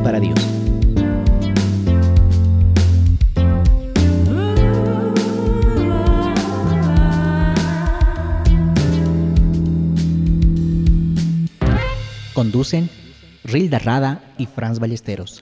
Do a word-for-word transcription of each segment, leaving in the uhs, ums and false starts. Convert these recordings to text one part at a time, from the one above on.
para Dios. Conducen Rilda Rada y Franz Ballesteros.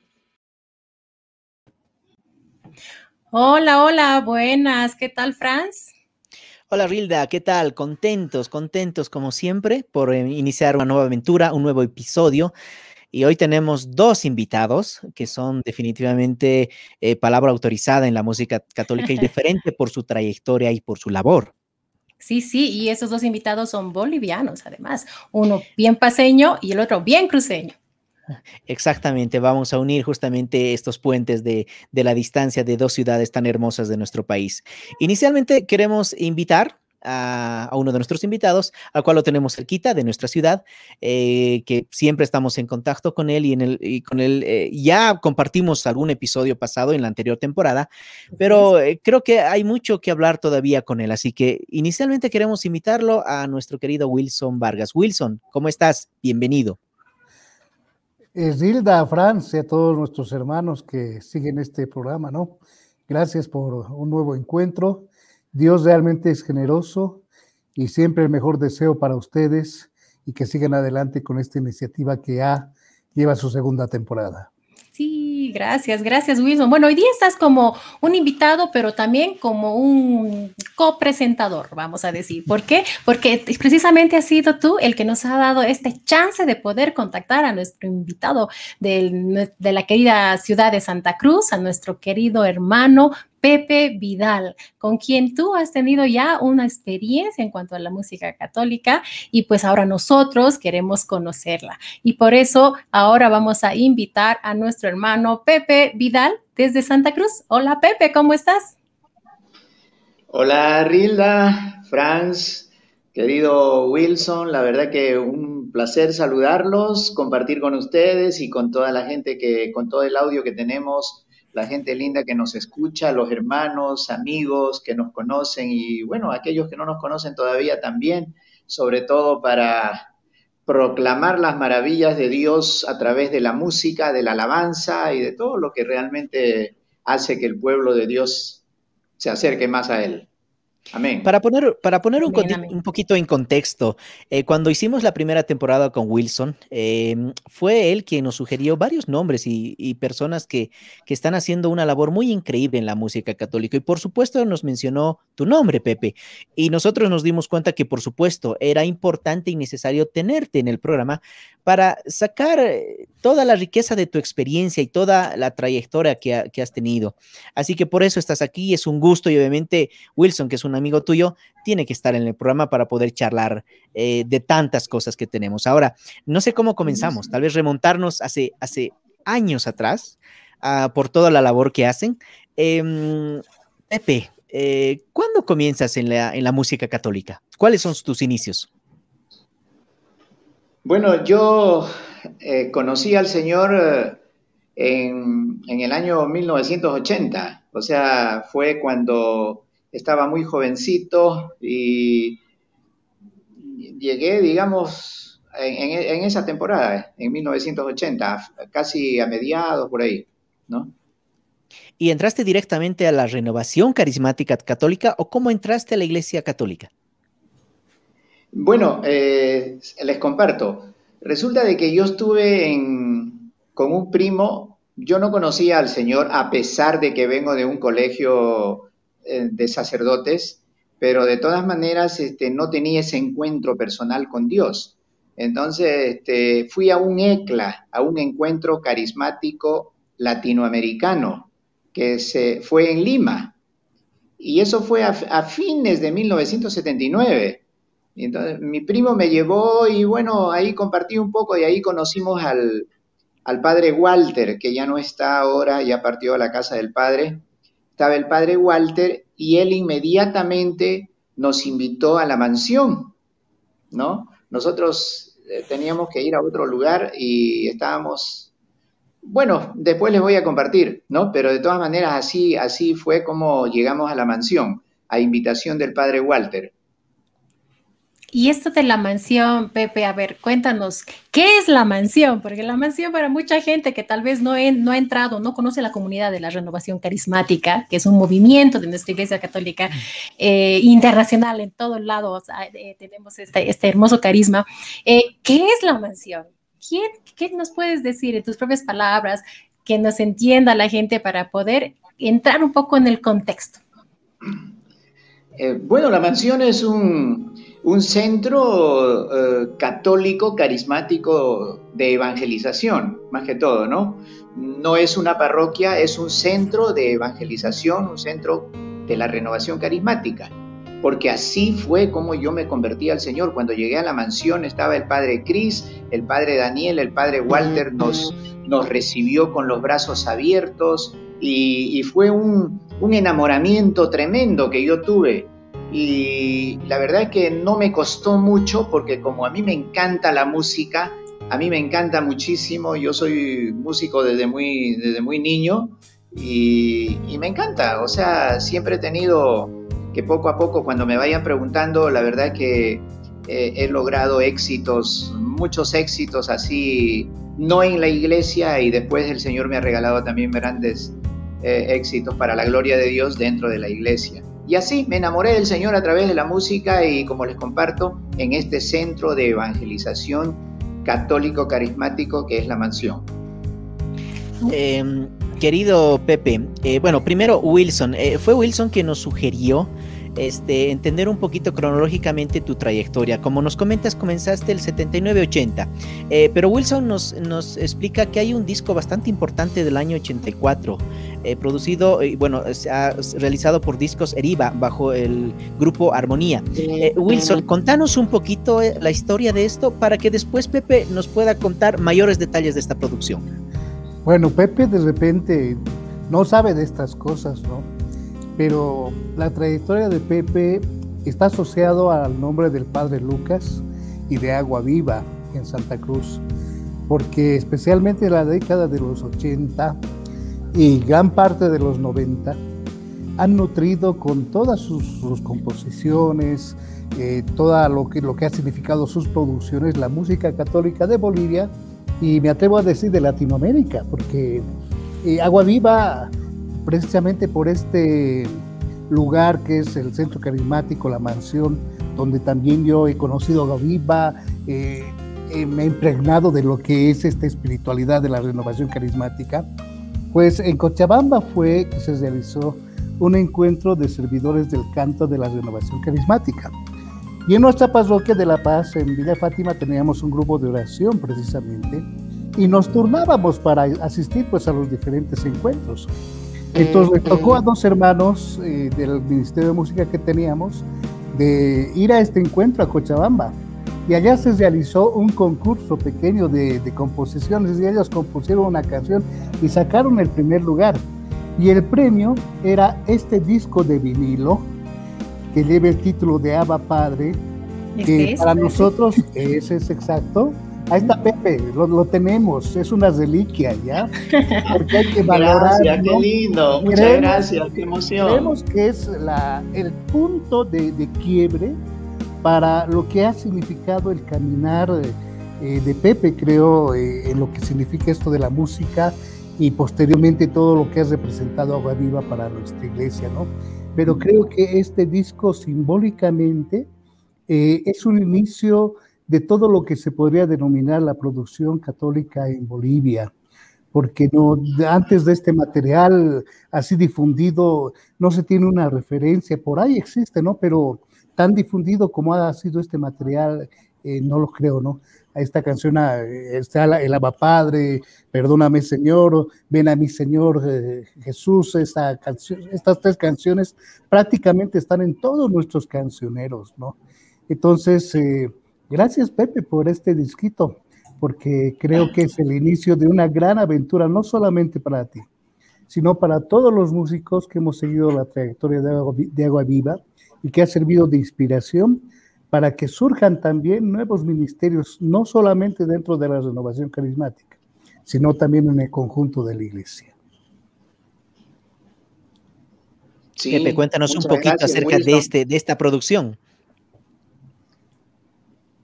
Hola, hola, buenas. ¿Qué tal, Franz? Hola Rilda, ¿qué tal? Contentos, contentos como siempre por eh, iniciar una nueva aventura, un nuevo episodio. Y hoy tenemos dos invitados que son definitivamente eh, palabra autorizada en la música católica y diferente por su trayectoria y por su labor. Sí, sí, y esos dos invitados son bolivianos, además. Uno bien paseño y el otro bien cruceño. Exactamente, vamos a unir justamente estos puentes de, de la distancia de dos ciudades tan hermosas de nuestro país. Inicialmente queremos invitar a, a uno de nuestros invitados, al cual lo tenemos cerquita de nuestra ciudad, eh, que siempre estamos en contacto con él y, en el, y con él eh, ya compartimos algún episodio pasado en la anterior temporada, Así es. pero eh, creo que hay mucho que hablar todavía con él, así que inicialmente queremos invitarlo a nuestro querido Wilson Vargas. Wilson, ¿cómo estás? Bienvenido. Rilda, Franz y a todos nuestros hermanos que siguen este programa, ¿no? Gracias por un nuevo encuentro. Dios realmente es generoso y siempre el mejor deseo para ustedes y que sigan adelante con esta iniciativa que ya lleva su segunda temporada. Sí, gracias, gracias, Wilson. Bueno, hoy día estás como un invitado, pero también como un copresentador, vamos a decir. ¿Por qué? Porque precisamente has sido tú el que nos ha dado este chance de poder contactar a nuestro invitado del, de la querida ciudad de Santa Cruz, a nuestro querido hermano Pepe Vidal, con quien tú has tenido ya una experiencia en cuanto a la música católica y pues ahora nosotros queremos conocerla. Y por eso ahora vamos a invitar a nuestro hermano Pepe Vidal desde Santa Cruz. Hola Pepe, ¿cómo estás? Hola Rilda, Franz, querido Wilson, la verdad que un placer saludarlos, compartir con ustedes y con toda la gente que, con todo el audio que tenemos, la gente linda que nos escucha, los hermanos, amigos que nos conocen y bueno, aquellos que no nos conocen todavía también, sobre todo para proclamar las maravillas de Dios a través de la música, de la alabanza y de todo lo que realmente hace que el pueblo de Dios se acerque más a Él. Amén. Para poner, para poner un, Amén, amén. un poquito en contexto, eh, cuando hicimos la primera temporada con Wilson, eh, fue él quien nos sugirió varios nombres y, y personas que, que están haciendo una labor muy increíble en la música católica. Y por supuesto nos mencionó tu nombre, Pepe. Y nosotros nos dimos cuenta que por supuesto era importante y necesario tenerte en el programa para sacar toda la riqueza de tu experiencia y toda la trayectoria que, ha, que has tenido. Así que por eso estás aquí, es un gusto y obviamente Wilson, que es un amigo tuyo, tiene que estar en el programa para poder charlar eh, de tantas cosas que tenemos. Ahora, no sé cómo comenzamos, tal vez remontarnos hace, hace años atrás uh, por toda la labor que hacen. Eh, Pepe, eh, ¿cuándo comienzas en la, en la música católica? ¿Cuáles son tus inicios? Bueno, yo eh, conocí al Señor eh, en, en el año mil novecientos ochenta, o sea, fue cuando estaba muy jovencito y llegué, digamos, en, en, en esa temporada, en mil novecientos ochenta, casi a mediados por ahí, ¿no? ¿Y entraste directamente a la Renovación Carismática Católica o cómo entraste a la Iglesia Católica? Bueno, eh, les comparto. Resulta de que yo estuve en, con un primo, yo no conocía al Señor a pesar de que vengo de un colegio eh, de sacerdotes, pero de todas maneras este, no tenía ese encuentro personal con Dios. Entonces este, fui a un ECLA, a un encuentro carismático latinoamericano, que se, fue en Lima, y eso fue a, a fines de mil novecientos setenta y nueve. Y entonces mi primo me llevó y bueno, ahí compartí un poco y ahí conocimos al, al padre Walter, que ya no está ahora, ya partió a la casa del padre. Estaba el padre Walter y él inmediatamente nos invitó a la mansión, ¿no? Nosotros eh, teníamos que ir a otro lugar y estábamos, bueno, después les voy a compartir, ¿no? Pero de todas maneras así, así fue como llegamos a la mansión, a invitación del padre Walter. Y esto de la mansión, Pepe, a ver, cuéntanos, ¿qué es la mansión? Porque la mansión para mucha gente que tal vez no, he, no ha entrado, no conoce la comunidad de la renovación carismática, que es un movimiento de nuestra Iglesia Católica eh, internacional, en todos lados eh, tenemos este, este hermoso carisma. Eh, ¿Qué es la mansión? ¿Qué, ¿Qué nos puedes decir en tus propias palabras que nos entienda la gente para poder entrar un poco en el contexto? Eh, bueno, la mansión es un, un centro eh, católico carismático de evangelización, más que todo, ¿no? No es una parroquia, es un centro de evangelización, un centro de la renovación carismática, porque así fue como yo me convertí al Señor. Cuando llegué a la mansión estaba el padre Cris, el padre Daniel, el padre Walter nos, nos recibió con los brazos abiertos y, y fue un, un enamoramiento tremendo que yo tuve. Y la verdad es que no me costó mucho porque como a mí me encanta la música, a mí me encanta muchísimo, yo soy músico desde muy, desde muy niño y, y me encanta, o sea, siempre he tenido que poco a poco cuando me vayan preguntando, la verdad es que eh, he logrado éxitos, muchos éxitos así, no en la iglesia, y después el Señor me ha regalado también grandes eh, éxitos para la gloria de Dios dentro de la iglesia. Y así me enamoré del Señor a través de la música y como les comparto, en este centro de evangelización católico carismático que es la mansión. Eh, querido Pepe, eh, bueno, primero Wilson, eh, fue Wilson quien nos sugirió este, entender un poquito cronológicamente tu trayectoria. Como nos comentas, comenzaste el setenta y nueve ochenta, eh, pero Wilson nos, nos explica que hay un disco bastante importante del año ochenta y cuatro, eh, producido, eh, bueno, ha realizado por Discos Eriva bajo el grupo Armonía. Eh, Wilson, contanos un poquito eh, la historia de esto para que después Pepe nos pueda contar mayores detalles de esta producción. Bueno, Pepe de repente no sabe de estas cosas, ¿no? Pero la trayectoria de Pepe está asociado al nombre del padre Lucas y de Agua Viva en Santa Cruz, porque especialmente en la década de los ochenta y gran parte de los noventa han nutrido con todas sus, sus composiciones, eh, todo lo que, lo que ha significado sus producciones, la música católica de Bolivia, y me atrevo a decir de Latinoamérica, porque eh, Agua Viva, precisamente por este lugar que es el Centro Carismático, la mansión, donde también yo he conocido Agua Viva, eh, eh, me he impregnado de lo que es esta espiritualidad de la renovación carismática, pues en Cochabamba fue que se realizó un encuentro de servidores del canto de la renovación carismática. Y en nuestra parroquia de La Paz, en Villa Fátima, teníamos un grupo de oración precisamente, y nos turnábamos para asistir pues a los diferentes encuentros. Entonces me tocó a dos hermanos eh, del Ministerio de Música que teníamos de ir a este encuentro a Cochabamba, y allá se realizó un concurso pequeño de, de composiciones, y ellos compusieron una canción y sacaron el primer lugar, y el premio era este disco de vinilo que lleva el título de Abba Padre, que para nosotros ese es exacto. Ahí está Pepe, lo, lo tenemos, es una reliquia, ¿ya? Porque hay que valorar. Gracias, ¿no? Qué lindo, muchas creemos, gracias, qué emoción. Creemos que es la, el punto de, de quiebre para lo que ha significado el caminar eh, de Pepe, creo, eh, en lo que significa esto de la música y posteriormente todo lo que ha representado Agua Viva para nuestra iglesia, ¿no? Pero creo que este disco simbólicamente eh, es un inicio de todo lo que se podría denominar la producción católica en Bolivia, porque no, antes de este material así difundido no se tiene una referencia, por ahí existe, ¿no? Pero tan difundido como ha sido este material, eh, no lo creo, ¿no? Esta canción está el Abba Padre, Perdóname Señor, Ven a mí Señor eh, Jesús, esta canción, estas tres canciones prácticamente están en todos nuestros cancioneros, ¿no? Entonces, eh, gracias Pepe por este disquito, porque creo que es el inicio de una gran aventura, no solamente para ti, sino para todos los músicos que hemos seguido la trayectoria de Agua, de Agua Viva y que ha servido de inspiración para que surjan también nuevos ministerios, no solamente dentro de la renovación carismática, sino también en el conjunto de la iglesia. Sí, Pepe, cuéntanos un poquito gracias, acerca de, este, de esta producción.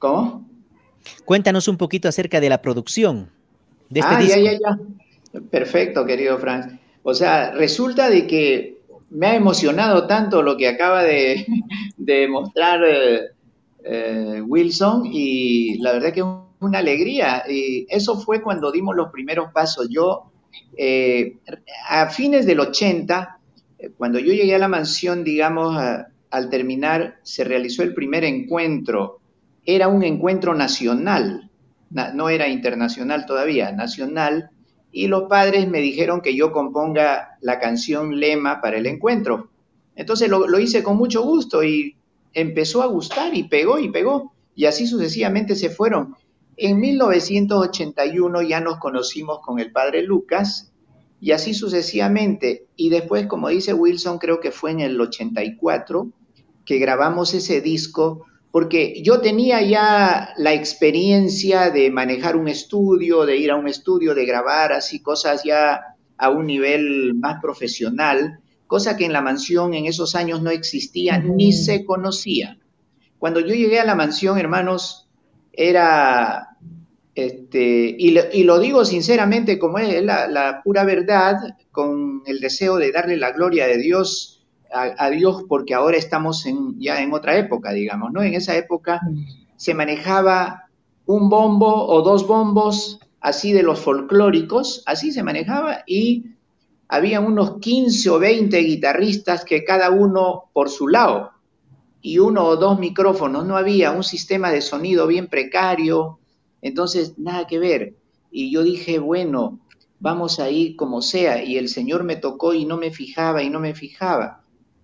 ¿Cómo? Cuéntanos un poquito acerca de la producción de este ah, disco. ya, ya, ya. Perfecto, querido Franz. O sea, resulta de que me ha emocionado tanto lo que acaba de, de mostrar eh, eh, Wilson, y la verdad que es una alegría. Y eso fue cuando dimos los primeros pasos. Yo, eh, a fines del ochenta, cuando yo llegué a la mansión, digamos, a, al terminar, se realizó el primer encuentro. Era un encuentro nacional, no era internacional todavía, nacional, y los padres me dijeron que yo componga la canción lema para el encuentro. Entonces lo, lo hice con mucho gusto y empezó a gustar y pegó y pegó, y así sucesivamente se fueron. En mil novecientos ochenta y uno ya nos conocimos con el padre Lucas, y así sucesivamente, y después, como dice Wilson, creo que fue en el ochenta y cuatro que grabamos ese disco, porque yo tenía ya la experiencia de manejar un estudio, de ir a un estudio, de grabar así cosas ya a un nivel más profesional, cosa que en la mansión en esos años no existía uh-huh. ni se conocía. Cuando yo llegué a la mansión, hermanos, era, este, y, lo, y lo digo sinceramente como es la, la pura verdad, con el deseo de darle la gloria de Dios a, a Dios, porque ahora estamos en, ya en otra época, digamos, ¿no? En esa época se manejaba un bombo o dos bombos, así de los folclóricos, así se manejaba, y había unos quince o veinte guitarristas que cada uno por su lado, y uno o dos micrófonos, no había un sistema de sonido bien precario, entonces nada que ver. Y yo dije, bueno, vamos a ir como sea, y el Señor me tocó y no me fijaba y no me fijaba.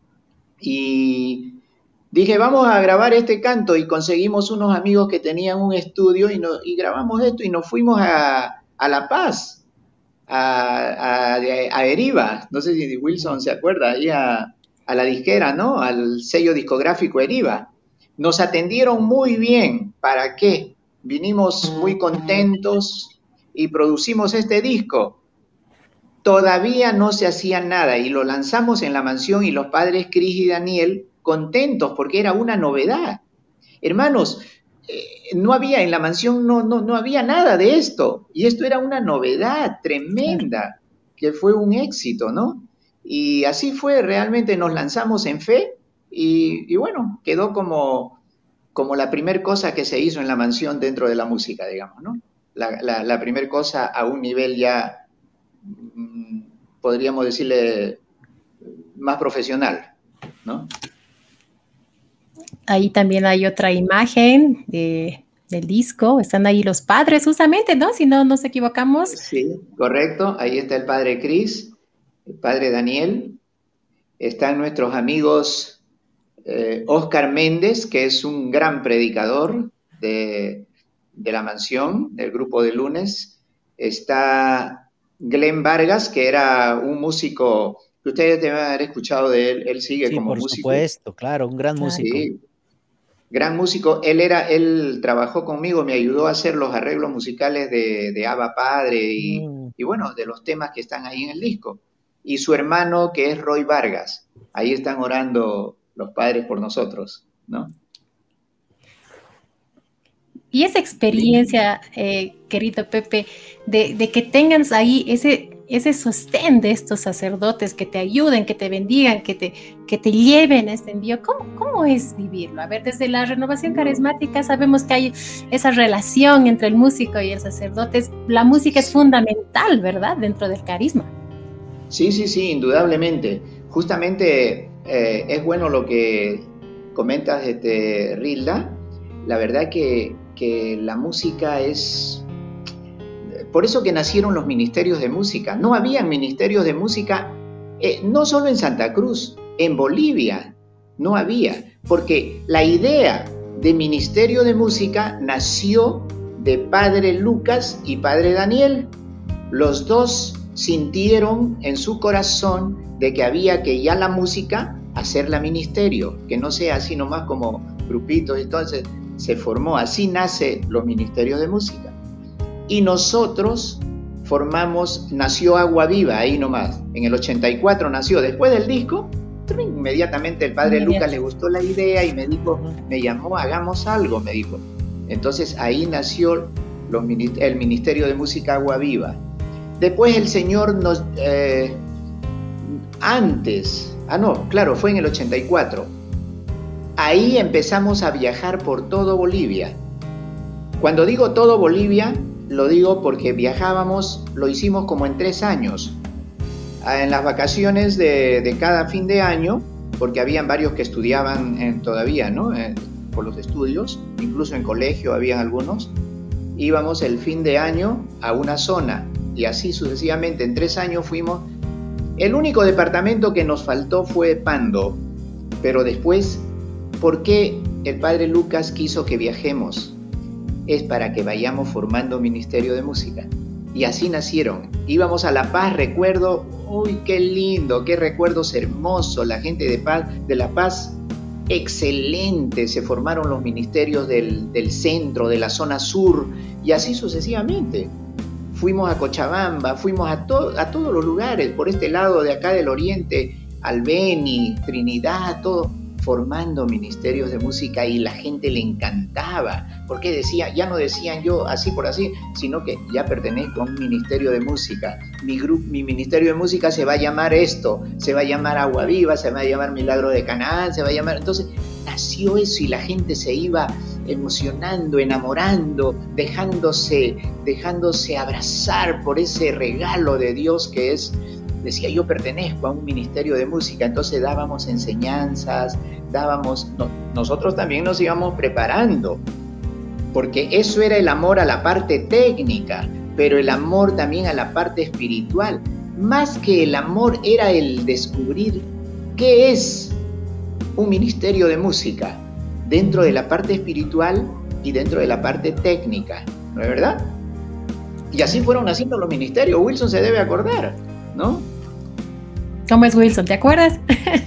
Y dije, vamos a grabar este canto, y conseguimos unos amigos que tenían un estudio y, no, y grabamos esto, y nos fuimos a, a La Paz, a, a, a Eriva, no sé si Wilson se acuerda, ahí a, a la disquera, ¿no? Al sello discográfico Eriva. Nos atendieron muy bien. ¿Para qué? Vinimos muy contentos y producimos este disco. Todavía no se hacía nada y lo lanzamos en la mansión, y los padres Cris y Daniel contentos porque era una novedad. Hermanos, eh, no había en la mansión, no, no, no había nada de esto, y esto era una novedad tremenda, que fue un éxito, ¿no? Y así fue, realmente nos lanzamos en fe, y, y bueno, quedó como, como la primer cosa que se hizo en la mansión dentro de la música, digamos, ¿no? La, la, la primer cosa a un nivel ya, podríamos decirle, más profesional, ¿no? Ahí también hay otra imagen de, del disco, están ahí los padres justamente, ¿no? Si no nos equivocamos. Sí, correcto, ahí está el padre Cris, el padre Daniel, están nuestros amigos eh, Oscar Méndez, que es un gran predicador de, de la mansión, del grupo de lunes, está Glenn Vargas, que era un músico que ustedes deben haber escuchado de él, él sigue sí, como por músico. Por supuesto, claro, un gran músico. Sí, gran músico. Él era, él trabajó conmigo, me ayudó a hacer los arreglos musicales de, de Abba Padre y, mm. y bueno, de los temas que están ahí en el disco. Y su hermano, que es Roy Vargas. Ahí están orando los padres por nosotros, ¿no? Y esa experiencia, eh, querido Pepe, de, de que tengas ahí ese, ese sostén de estos sacerdotes que te ayuden, que te bendigan, que te, que te lleven a este envío, ¿cómo, ¿cómo es vivirlo? A ver, desde la renovación carismática sabemos que hay esa relación entre el músico y el sacerdote. La música es fundamental, ¿verdad?, dentro del carisma. Sí, sí, sí, indudablemente. Justamente eh, es bueno lo que comentas, este, Rilda. La verdad que que la música es... Por eso que nacieron los ministerios de música. No habían ministerios de música, eh, no solo en Santa Cruz, en Bolivia no había, porque la idea de ministerio de música nació de padre Lucas y padre Daniel. Los dos sintieron en su corazón de que había que ya la música hacerla ministerio, que no sea así nomás como grupitos. Entonces se formó, así nace los ministerios de música. Y nosotros formamos, nació Agua Viva ahí nomás, en el ochenta y cuatro nació, después del disco, inmediatamente el padre Lucas le gustó la idea y me dijo, me llamó, hagamos algo, me dijo. Entonces ahí nació los, el Ministerio de Música Agua Viva. Después el Señor nos... Eh, antes, ah no, claro, fue en el ochenta y cuatro. Ahí empezamos a viajar por todo Bolivia. Cuando digo todo Bolivia, lo digo porque viajábamos, lo hicimos como en tres años. En las vacaciones de, de cada fin de año, porque habían varios que estudiaban en, todavía, ¿no? Eh, por los estudios, incluso en colegio habían algunos, íbamos el fin de año a una zona y así sucesivamente. En tres años fuimos. El único departamento que nos faltó fue Pando, pero después, ¿por qué el padre Lucas quiso que viajemos? Es para que vayamos formando Ministerio de Música. Y así nacieron. Íbamos a La Paz, recuerdo, uy, qué lindo, qué recuerdos hermosos, la gente de, Paz, de La Paz, excelente, se formaron los ministerios del, del centro, de la zona sur, y así sucesivamente. Fuimos a Cochabamba, fuimos a, to a todos los lugares, por este lado de acá del oriente, Albeni, Trinidad, todo, formando ministerios de música y la gente le encantaba, porque decía, ya no decían yo así por así, sino que ya pertenezco a un ministerio de música, mi, grupo, mi ministerio de música se va a llamar esto, se va a llamar Agua Viva, se va a llamar Milagro de Canaán, se va a llamar, entonces nació eso y la gente se iba emocionando, enamorando, dejándose, dejándose abrazar por ese regalo de Dios que es, decía, yo pertenezco a un ministerio de música. Entonces dábamos enseñanzas, dábamos, no, nosotros también nos íbamos preparando, porque eso era el amor a la parte técnica, pero el amor también a la parte espiritual. Más que el amor era el descubrir qué es un ministerio de música, dentro de la parte espiritual y dentro de la parte técnica, ¿no es verdad? Y así fueron naciendo los ministerios. Wilson se debe acordar, ¿no? ¿Cómo es, Wilson? ¿Te acuerdas?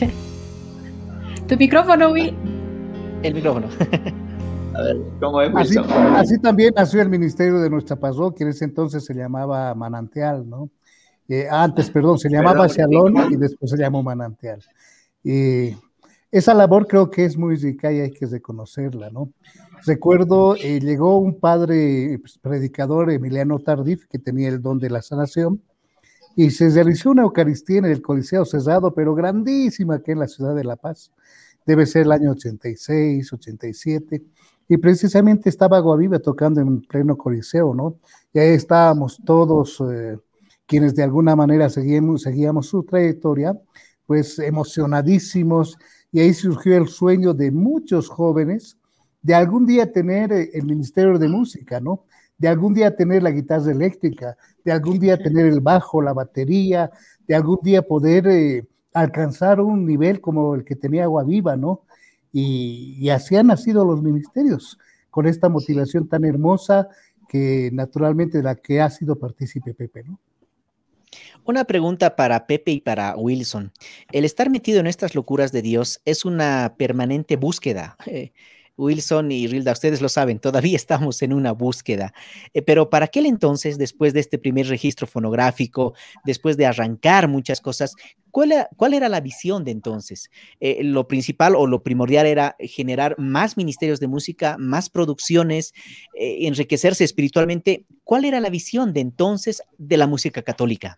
Tu micrófono, Will. El micrófono. A ver, ¿cómo es, Wilson? Así, así también nació el ministerio de nuestra parroquia, en ese entonces se llamaba Manantial, ¿no? Eh, antes, perdón, se llamaba Shalom y después se llamó Manantial. Eh, Esa labor creo que es muy rica y hay que reconocerla, ¿no? Recuerdo, eh, llegó un padre pues, predicador, Emiliano Tardif, que tenía el don de la sanación, y se realizó una Eucaristía en el Coliseo cerrado, pero grandísima, aquí en la ciudad de La Paz. Debe ser el año ochenta y seis, ochenta y siete, y precisamente estaba Agua Viva tocando en pleno Coliseo, ¿no? Y ahí estábamos todos, eh, quienes de alguna manera seguíamos, seguíamos su trayectoria, pues emocionadísimos. Y ahí surgió el sueño de muchos jóvenes de algún día tener el ministerio de música, ¿no? De algún día tener la guitarra eléctrica, de algún día tener el bajo, la batería, de algún día poder eh, alcanzar un nivel como el que tenía Agua Viva, ¿no? Y, y así han nacido los ministerios, con esta motivación tan hermosa que naturalmente de la que ha sido partícipe Pepe, ¿no? Una pregunta para Pepe y para Wilson. El estar metido en estas locuras de Dios es una permanente búsqueda. Eh, Wilson y Rilda, ustedes lo saben, todavía estamos en una búsqueda. Eh, pero para aquel entonces, después de este primer registro fonográfico, después de arrancar muchas cosas, ¿cuál era, cuál era la visión de entonces? Eh, lo principal o lo primordial era generar más ministerios de música, más producciones, eh, enriquecerse espiritualmente. ¿Cuál era la visión de entonces de la música católica?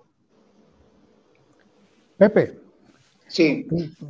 Pepe. Sí.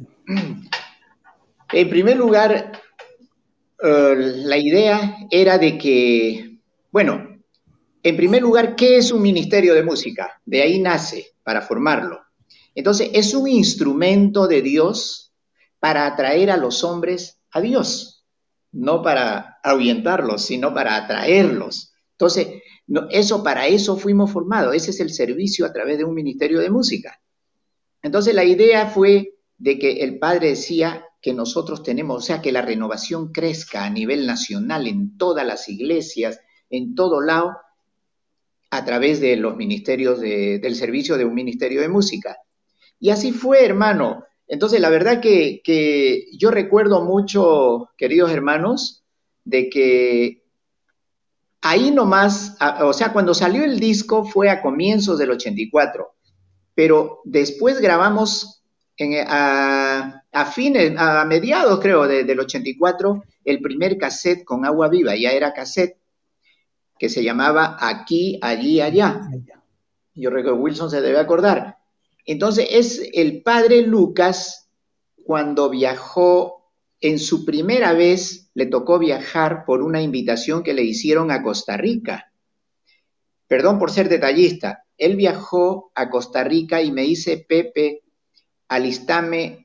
En primer lugar, uh, la idea era de que, bueno, en primer lugar, ¿qué es un ministerio de música? De ahí nace, para formarlo. Entonces, es un instrumento de Dios para atraer a los hombres a Dios, no para ahuyentarlos, sino para atraerlos. Entonces, no, eso, para eso fuimos formados. Ese es el servicio a través de un ministerio de música. Entonces la idea fue de que el padre decía que nosotros tenemos, o sea, que la renovación crezca a nivel nacional en todas las iglesias, en todo lado, a través de los ministerios, de, del servicio de un ministerio de música. Y así fue, hermano. Entonces la verdad que, que yo recuerdo mucho, queridos hermanos, de que ahí nomás, a, o sea, cuando salió el disco fue a comienzos del ochenta y cuatro. Pero después grabamos en, a, a fines, a mediados creo de, del ochenta y cuatro, el primer cassette con Agua Viva, ya era cassette, que se llamaba Aquí, Allí, Allá. Yo recuerdo, Wilson se debe acordar. Entonces es el padre Lucas cuando viajó, en su primera vez le tocó viajar por una invitación que le hicieron a Costa Rica. Perdón por ser detallista, él viajó a Costa Rica y me dice, Pepe, alistame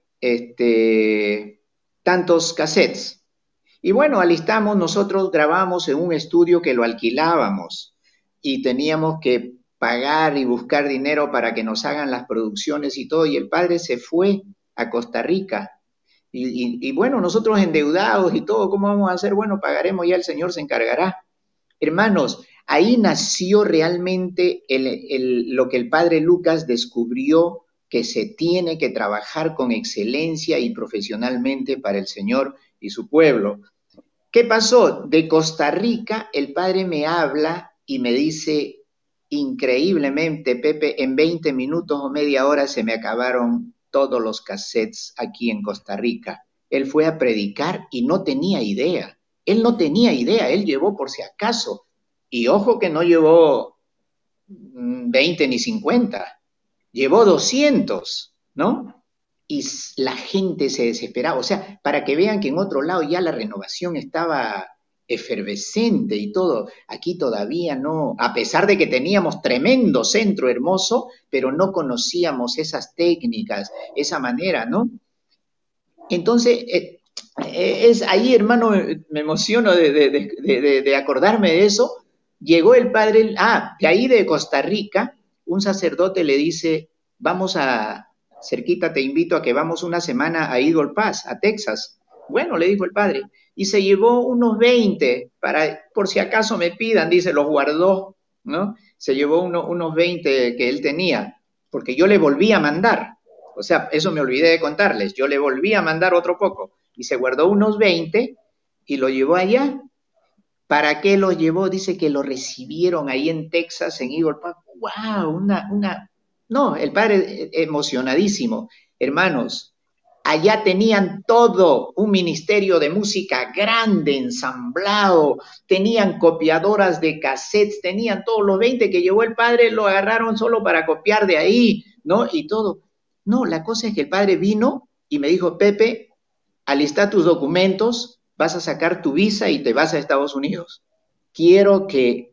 este, tantos cassettes. Y bueno, alistamos, nosotros grabamos en un estudio que lo alquilábamos y teníamos que pagar y buscar dinero para que nos hagan las producciones y todo, y el padre se fue a Costa Rica. Y, y, y bueno, nosotros endeudados y todo, ¿cómo vamos a hacer? Bueno, pagaremos, ya el Señor se encargará. Hermanos, ahí nació realmente el, el, lo que el padre Lucas descubrió, que se tiene que trabajar con excelencia y profesionalmente para el Señor y su pueblo. ¿Qué pasó? De Costa Rica, el padre me habla y me dice, increíblemente, Pepe, en veinte minutos o media hora se me acabaron todos los cassettes aquí en Costa Rica. Él fue a predicar y no tenía idea. Él no tenía idea, él llevó por si acaso. Y ojo que no llevó veinte ni cincuenta, llevó doscientos, ¿no? Y la gente se desesperaba. O sea, para que vean que en otro lado ya la renovación estaba efervescente y todo. Aquí todavía no, a pesar de que teníamos tremendo centro hermoso, pero no conocíamos esas técnicas, esa manera, ¿no? Entonces, eh, es ahí, hermano, me emociono de, de, de, de, de acordarme de eso. Llegó el padre, ah, de ahí de Costa Rica, un sacerdote le dice, vamos a, cerquita te invito a que vamos una semana a Eagle Pass, a Texas. Bueno, le dijo el padre, y se llevó unos veinte, para, por si acaso me pidan, dice, los guardó, ¿no? Se llevó uno, unos veinte que él tenía, porque yo le volví a mandar, o sea, eso me olvidé de contarles, yo le volví a mandar otro poco, y se guardó unos veinte, y lo llevó allá. ¿Para qué lo llevó? Dice que lo recibieron ahí en Texas, en Eagle Pass. ¡Wow! Una, una... No, el padre emocionadísimo. Hermanos, allá tenían todo, un ministerio de música grande, ensamblado, tenían copiadoras de cassettes, tenían todos los veinte que llevó el padre, lo agarraron solo para copiar de ahí, ¿no? Y todo. No, la cosa es que el padre vino y me dijo, Pepe, alista tus documentos, vas a sacar tu visa y te vas a Estados Unidos. Quiero que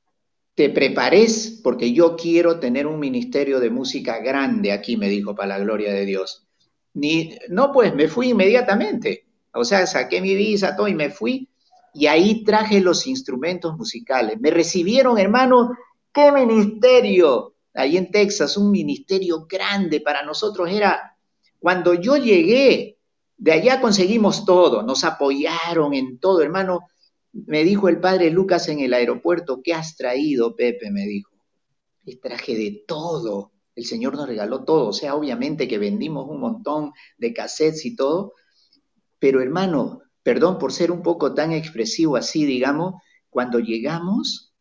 te prepares porque yo quiero tener un ministerio de música grande aquí, me dijo, para la gloria de Dios. Ni, no, pues me fui inmediatamente. O sea, saqué mi visa, todo, y me fui. Y ahí traje los instrumentos musicales. Me recibieron, hermano, ¡qué ministerio! Ahí en Texas, un ministerio grande. Para nosotros era, cuando yo llegué, de allá conseguimos todo, nos apoyaron en todo, hermano. Me dijo el padre Lucas en el aeropuerto, ¿qué has traído, Pepe? Me dijo, les traje de todo, el Señor nos regaló todo, o sea, obviamente que vendimos un montón de cassettes y todo, pero hermano, perdón por ser un poco tan expresivo así, digamos, cuando llegamos,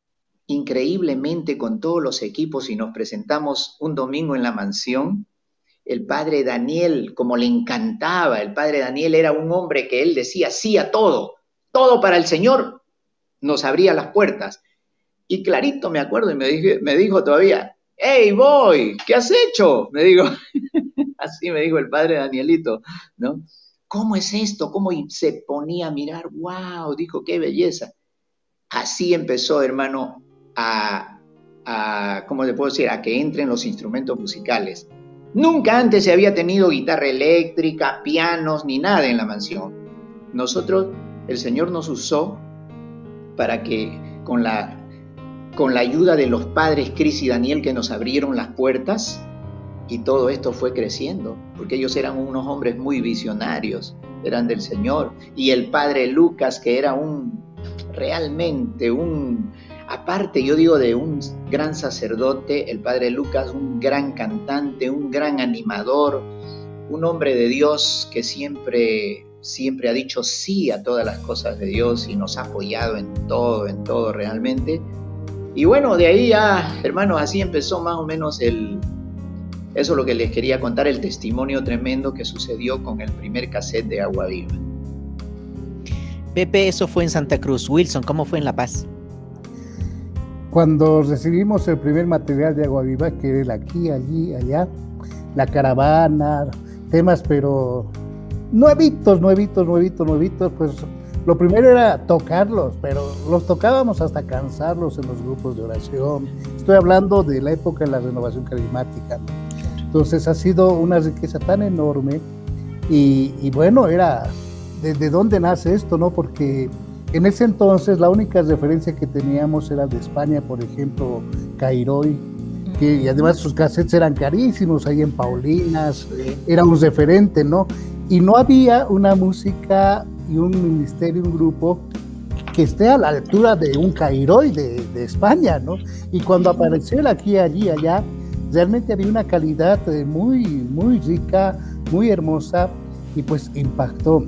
increíblemente con todos los equipos y nos presentamos un domingo en la mansión, el padre Daniel, como le encantaba, el padre Daniel era un hombre que él decía sí a todo, todo para el Señor, nos abría las puertas. Y clarito me acuerdo y me, dije, me dijo todavía, hey boy, ¿qué has hecho? Me digo, así me dijo el padre Danielito, ¿no? ¿Cómo es esto? ¿Cómo se ponía a mirar? ¡Wow! Dijo, qué belleza. Así empezó, hermano, a, a ¿cómo le puedo decir? A que entren los instrumentos musicales. Nunca antes se había tenido guitarra eléctrica, pianos, ni nada en la mansión. Nosotros, el Señor nos usó para que con la, con la ayuda de los padres Cris y Daniel que nos abrieron las puertas, y todo esto fue creciendo, porque ellos eran unos hombres muy visionarios, eran del Señor. Y el padre Lucas, que era un, realmente un... Aparte, yo digo, de un gran sacerdote, el padre Lucas, un gran cantante, un gran animador, un hombre de Dios que siempre, siempre ha dicho sí a todas las cosas de Dios y nos ha apoyado en todo, en todo realmente. Y bueno, de ahí ya, hermanos, así empezó más o menos el, Eso es lo que les quería contar, el testimonio tremendo que sucedió con el primer cassette de Agua Viva. Pepe, eso fue en Santa Cruz. Wilson, ¿cómo fue en La Paz? Cuando recibimos el primer material de Agua Viva, que era el aquí, allí, allá, la caravana, temas, pero nuevitos, nuevitos, nuevitos, nuevitos, pues lo primero era tocarlos, pero los tocábamos hasta cansarlos en los grupos de oración. Estoy hablando de la época de la renovación carismática, ¿no? Entonces ha sido una riqueza tan enorme y, y bueno, era desde dónde nace esto, ¿no? Porque en ese entonces la única referencia que teníamos era de España, por ejemplo, Cairoy, que y además sus cassettes eran carísimos ahí en Paulinas, era un referente, ¿no? Y no había una música y un ministerio, un grupo que esté a la altura de un Cairoy de, de España, ¿no? Y cuando apareció el aquí, allí, allá, realmente había una calidad muy, muy rica, muy hermosa y pues impactó.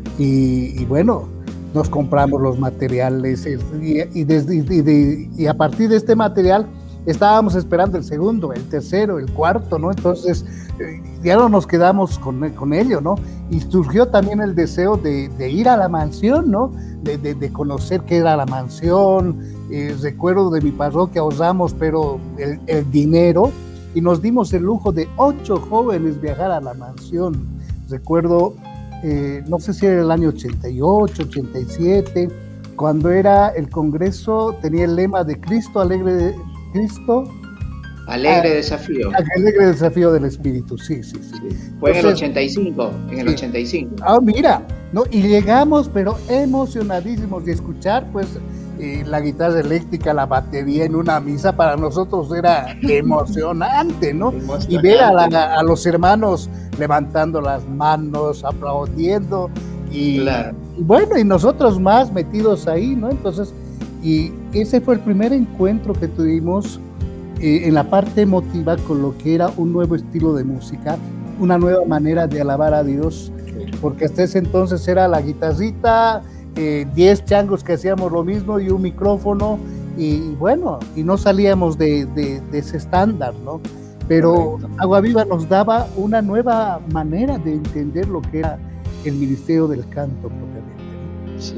Y, y bueno, nos compramos los materiales y, y, desde, y, de, y a partir de este material estábamos esperando el segundo, el tercero, el cuarto, ¿no? Entonces ya no nos quedamos con, con ello, ¿no? Y surgió también el deseo de, de ir a la mansión, ¿no? De, de, de conocer qué era la mansión. Eh, recuerdo de mi parroquia ahorramos, pero el, el dinero, y nos dimos el lujo de ocho jóvenes viajar a la mansión. Recuerdo, eh, no sé si era el año ochenta y ocho, ochenta y siete, cuando era el congreso, tenía el lema de Cristo alegre de Cristo. Alegre ah, desafío. Alegre desafío del Espíritu, sí, sí, sí. Fue en Entonces, el ochenta y cinco, en el sí. ochenta y cinco. Ah, mira, ¿no? Y llegamos, pero emocionadísimos de escuchar, pues, eh, la guitarra eléctrica, la batería en una misa, para nosotros era emocionante, ¿no? Emocionante. Y ver a, la, a los hermanos levantando las manos, aplaudiendo, y, claro. y bueno, y nosotros más metidos ahí, ¿no? Entonces, y ese fue el primer encuentro que tuvimos eh, en la parte emotiva con lo que era un nuevo estilo de música, una nueva manera de alabar a Dios, porque hasta ese entonces era la guitarrita, eh, diez changos que hacíamos lo mismo y un micrófono, y bueno, y no salíamos de, de, de ese estándar, ¿no? Pero Agua Viva nos daba una nueva manera de entender lo que era el ministerio del canto propiamente, ¿no? Sí.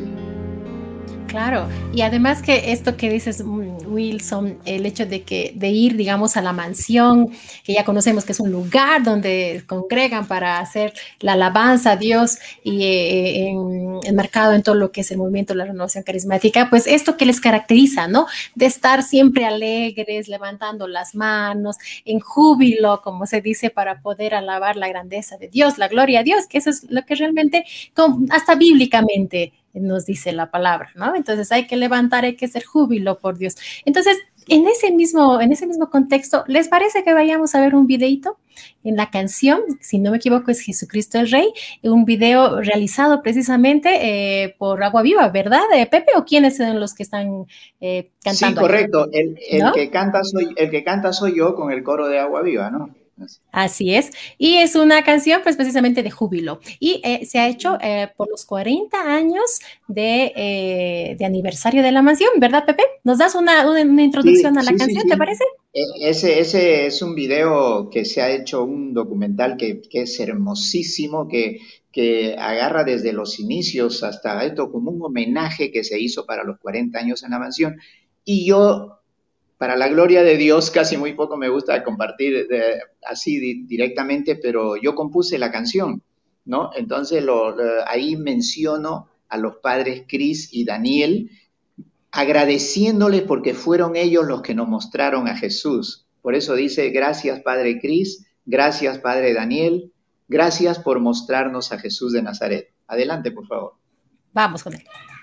Claro, y además que esto que dices, Wilson, el hecho de que de ir, digamos, a la mansión, que ya conocemos que es un lugar donde congregan para hacer la alabanza a Dios y eh, en, enmarcado en todo lo que es el movimiento de la renovación carismática, pues esto que les caracteriza, ¿no? De estar siempre alegres, levantando las manos, en júbilo, como se dice, para poder alabar la grandeza de Dios, la gloria a Dios, que eso es lo que realmente, hasta bíblicamente, nos dice la palabra, ¿no? Entonces hay que levantar, hay que ser júbilo por Dios. Entonces, en ese mismo, en ese mismo contexto, ¿les parece que vayamos a ver un videito en la canción? Si no me equivoco, es Jesucristo el Rey, un video realizado precisamente eh, por Agua Viva, ¿verdad, eh, Pepe? ¿O quiénes son los que están eh, cantando? Sí, correcto. El, el, ¿no? que canta soy, el que canta soy yo con el coro de Agua Viva, ¿no? Así es, y es una canción pues precisamente de júbilo y eh, se ha hecho eh, por los cuarenta años de, eh, de aniversario de la mansión, ¿verdad, Pepe? ¿Nos das una, una, una introducción sí, a la sí, canción, sí, sí. ¿Te parece? Ese, ese es un video que se ha hecho, un documental que, que es hermosísimo, que, que agarra desde los inicios hasta esto como un homenaje que se hizo para los cuarenta años en la mansión, y yo... Para la gloria de Dios, casi muy poco me gusta compartir de, así di, directamente, pero yo compuse la canción, ¿no? Entonces lo, lo, ahí menciono a los padres Chris y Daniel, agradeciéndoles porque fueron ellos los que nos mostraron a Jesús. Por eso dice, gracias Padre Chris, gracias Padre Daniel, gracias por mostrarnos a Jesús de Nazaret. Adelante, por favor. Vamos con él.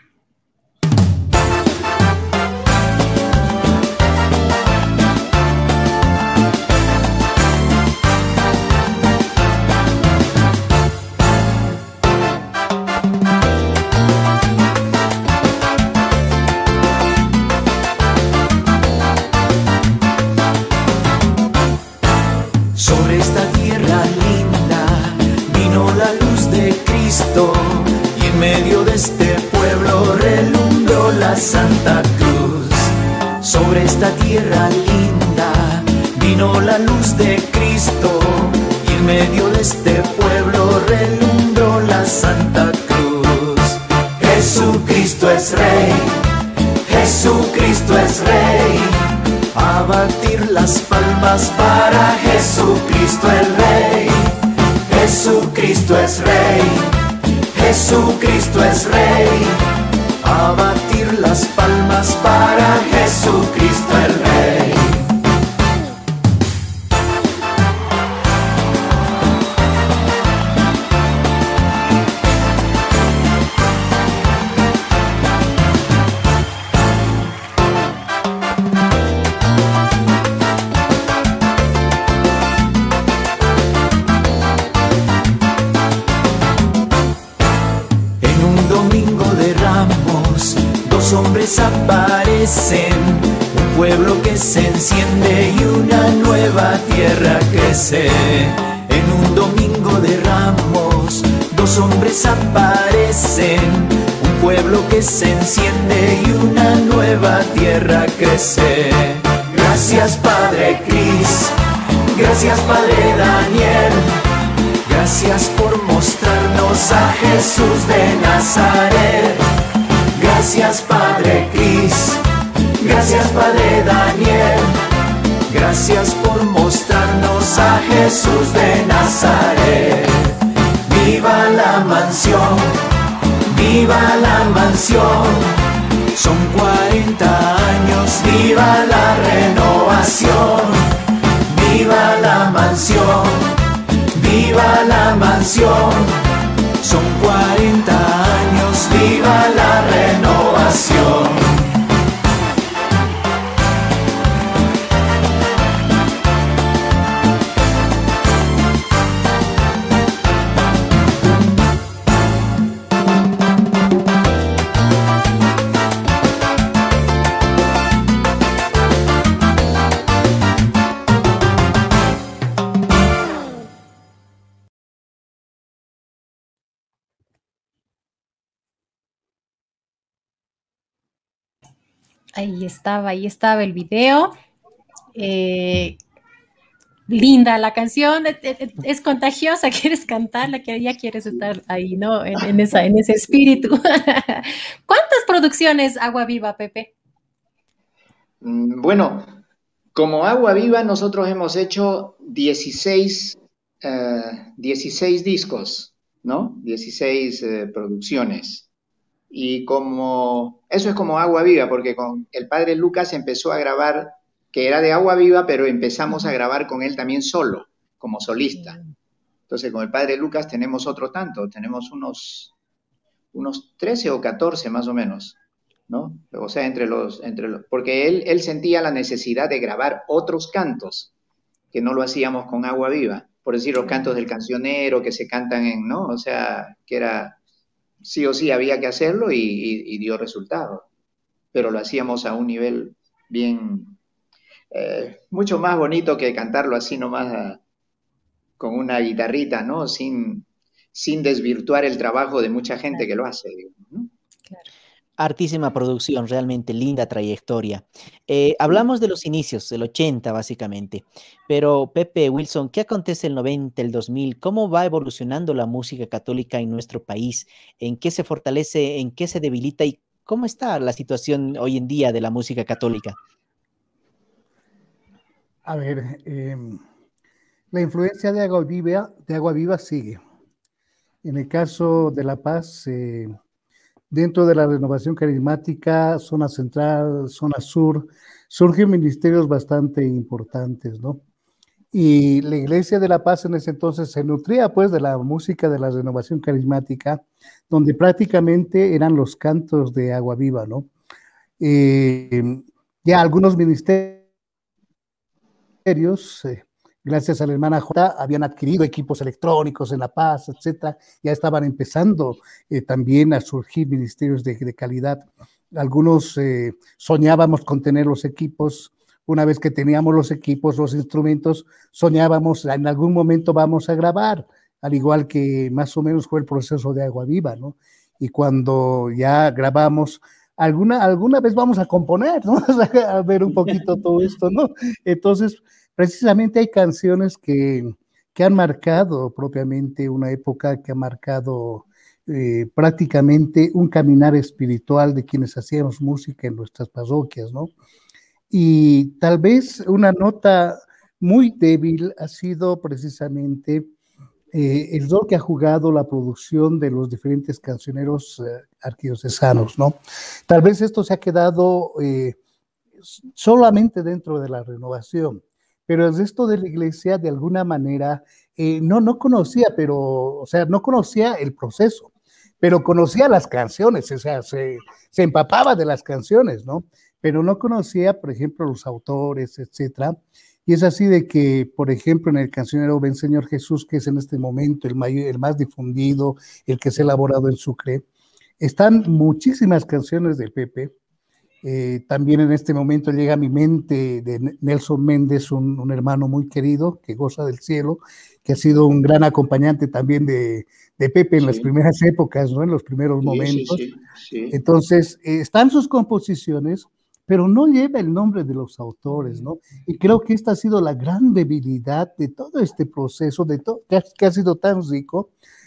Sobre esta tierra linda vino la luz de Cristo y en medio de este pueblo relumbró la Santa Cruz. Sobre esta tierra linda vino la luz de Cristo a batir las palmas para Jesucristo el Rey. Jesucristo es Rey, Jesucristo es Rey. A batir las palmas para Jesucristo el Rey. Hombres aparecen, un pueblo que se enciende y una nueva tierra crece. En un domingo de Ramos, dos hombres aparecen, un pueblo que se enciende y una nueva tierra crece. Gracias Padre Cris, gracias Padre Daniel, gracias por mostrarnos a Jesús de Nazaret. Gracias Padre Cris, gracias Padre Daniel, gracias por mostrarnos a Jesús de Nazaret. Viva la mansión, viva la mansión, son cuarenta años, viva la renovación. Viva la mansión, viva la mansión, son cuarenta años, viva la renovación. Ahí estaba, ahí estaba el video. Eh, linda la canción, es, es, es contagiosa, quieres cantarla, que ya quieres estar ahí, ¿no? En, en, esa, en ese espíritu. ¿Cuántas producciones Agua Viva, Pepe? Bueno, como Agua Viva nosotros hemos hecho dieciséis, uh, dieciséis discos, ¿no? dieciséis uh, producciones. Y como, eso es como Agua Viva, porque con el padre Lucas empezó a grabar, que era de Agua Viva, pero empezamos a grabar con él también solo, como solista. Entonces con el padre Lucas tenemos otro tanto, tenemos unos, unos trece o catorce más o menos, ¿no? O sea, entre los, entre los, porque él, él sentía la necesidad de grabar otros cantos, que no lo hacíamos con Agua Viva. Por decir, los cantos del cancionero que se cantan en, ¿no? O sea, que era... sí o sí había que hacerlo y, y, y dio resultado, pero lo hacíamos a un nivel bien, eh, mucho más bonito que cantarlo así nomás a, con una guitarrita, ¿no? Sin, sin desvirtuar el trabajo de mucha gente que lo hace, ¿no? Claro. Hartísima producción, realmente linda trayectoria. Eh, hablamos de los inicios, el ochenta básicamente, pero Pepe, Wilson, ¿qué acontece el noventa, el dos mil? ¿Cómo va evolucionando la música católica en nuestro país? ¿En qué se fortalece, en qué se debilita y cómo está la situación hoy en día de la música católica? A ver, eh, la influencia de Agua Viva, de Agua Viva sigue. En el caso de La Paz, eh, dentro de la renovación carismática, zona central, zona sur, surgen ministerios bastante importantes, ¿no? Y la Iglesia de La Paz en ese entonces se nutría, pues, de la música de la renovación carismática, donde prácticamente eran los cantos de Agua Viva, ¿no? Eh, ya algunos ministerios, eh, gracias a la hermana J, habían adquirido equipos electrónicos en La Paz, etcétera. Ya estaban empezando eh, también a surgir ministerios de, de calidad. Algunos eh, soñábamos con tener los equipos. Una vez que teníamos los equipos, los instrumentos, soñábamos, en algún momento vamos a grabar, al igual que más o menos fue el proceso de Agua Viva, ¿no? Y cuando ya grabamos, alguna, alguna vez vamos a componer, ¿no? A ver un poquito todo esto, ¿no? Entonces, precisamente hay canciones que, que han marcado propiamente una época, que ha marcado eh, prácticamente un caminar espiritual de quienes hacíamos música en nuestras parroquias, ¿no? Y tal vez una nota muy débil ha sido precisamente eh, el rol que ha jugado la producción de los diferentes cancioneros eh, arquidiocesanos, ¿no? Tal vez esto se ha quedado eh, solamente dentro de la renovación, pero el resto de la iglesia de alguna manera eh, no, no conocía, pero, o sea, no conocía el proceso, pero conocía las canciones, o sea, se, se empapaba de las canciones, ¿no? Pero no conocía, por ejemplo, los autores, etcétera. Y es así de que, por ejemplo, en el cancionero Ven Señor Jesús, que es en este momento el, mayor, el más difundido, el que se ha elaborado en Sucre, están muchísimas canciones de Pepe. Eh, también en este momento llega a mi mente de Nelson Méndez, un, un hermano muy querido que goza del cielo, que ha sido un gran acompañante también de, de Pepe en sí. las primeras épocas, ¿no? En los primeros sí, momentos. Sí, sí, sí. Entonces, eh, están sus composiciones, pero no lleva el nombre de los autores, ¿no? Y creo que esta ha sido la gran debilidad de todo este proceso, de todo, que, ha, que ha sido tan rico,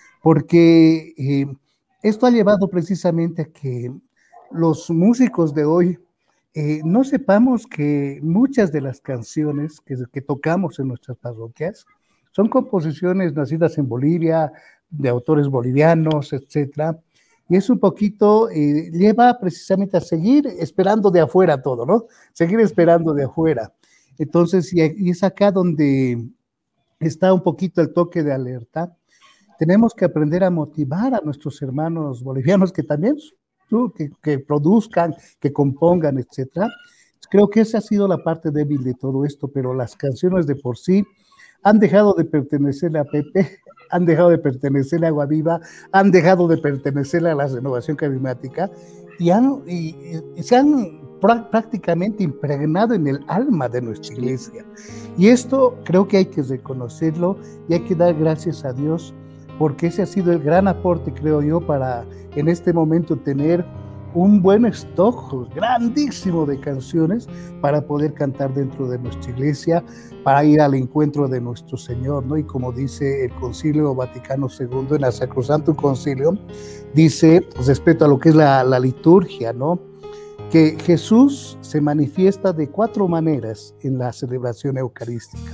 porque eh, esto ha llevado precisamente a que los músicos de hoy eh, no sepamos que muchas de las canciones que, que tocamos en nuestras parroquias son composiciones nacidas en Bolivia, de autores bolivianos, etcétera. Y es un poquito, eh, lleva precisamente a seguir esperando de afuera todo, ¿no? Seguir esperando de afuera. Entonces, y, y es acá donde está un poquito el toque de alerta. Tenemos que aprender a motivar a nuestros hermanos bolivianos que también que, que produzcan, que compongan, etcétera. Creo que esa ha sido la parte débil de todo esto, pero las canciones de por sí han dejado de pertenecerle a Pepe, han dejado de pertenecerle a Agua Viva, han dejado de pertenecerle a la Renovación Carismática y, han, y, y se han prácticamente impregnado en el alma de nuestra iglesia. Y esto creo que hay que reconocerlo y hay que dar gracias a Dios, porque ese ha sido el gran aporte, creo yo, para en este momento tener un buen stock grandísimo de canciones para poder cantar dentro de nuestra iglesia, para ir al encuentro de nuestro Señor, ¿no? Y como dice el Concilio Vaticano segundo en el Sacrosanto Concilio, dice, respecto a lo que es la, la liturgia, ¿no? Que Jesús se manifiesta de cuatro maneras en la celebración eucarística.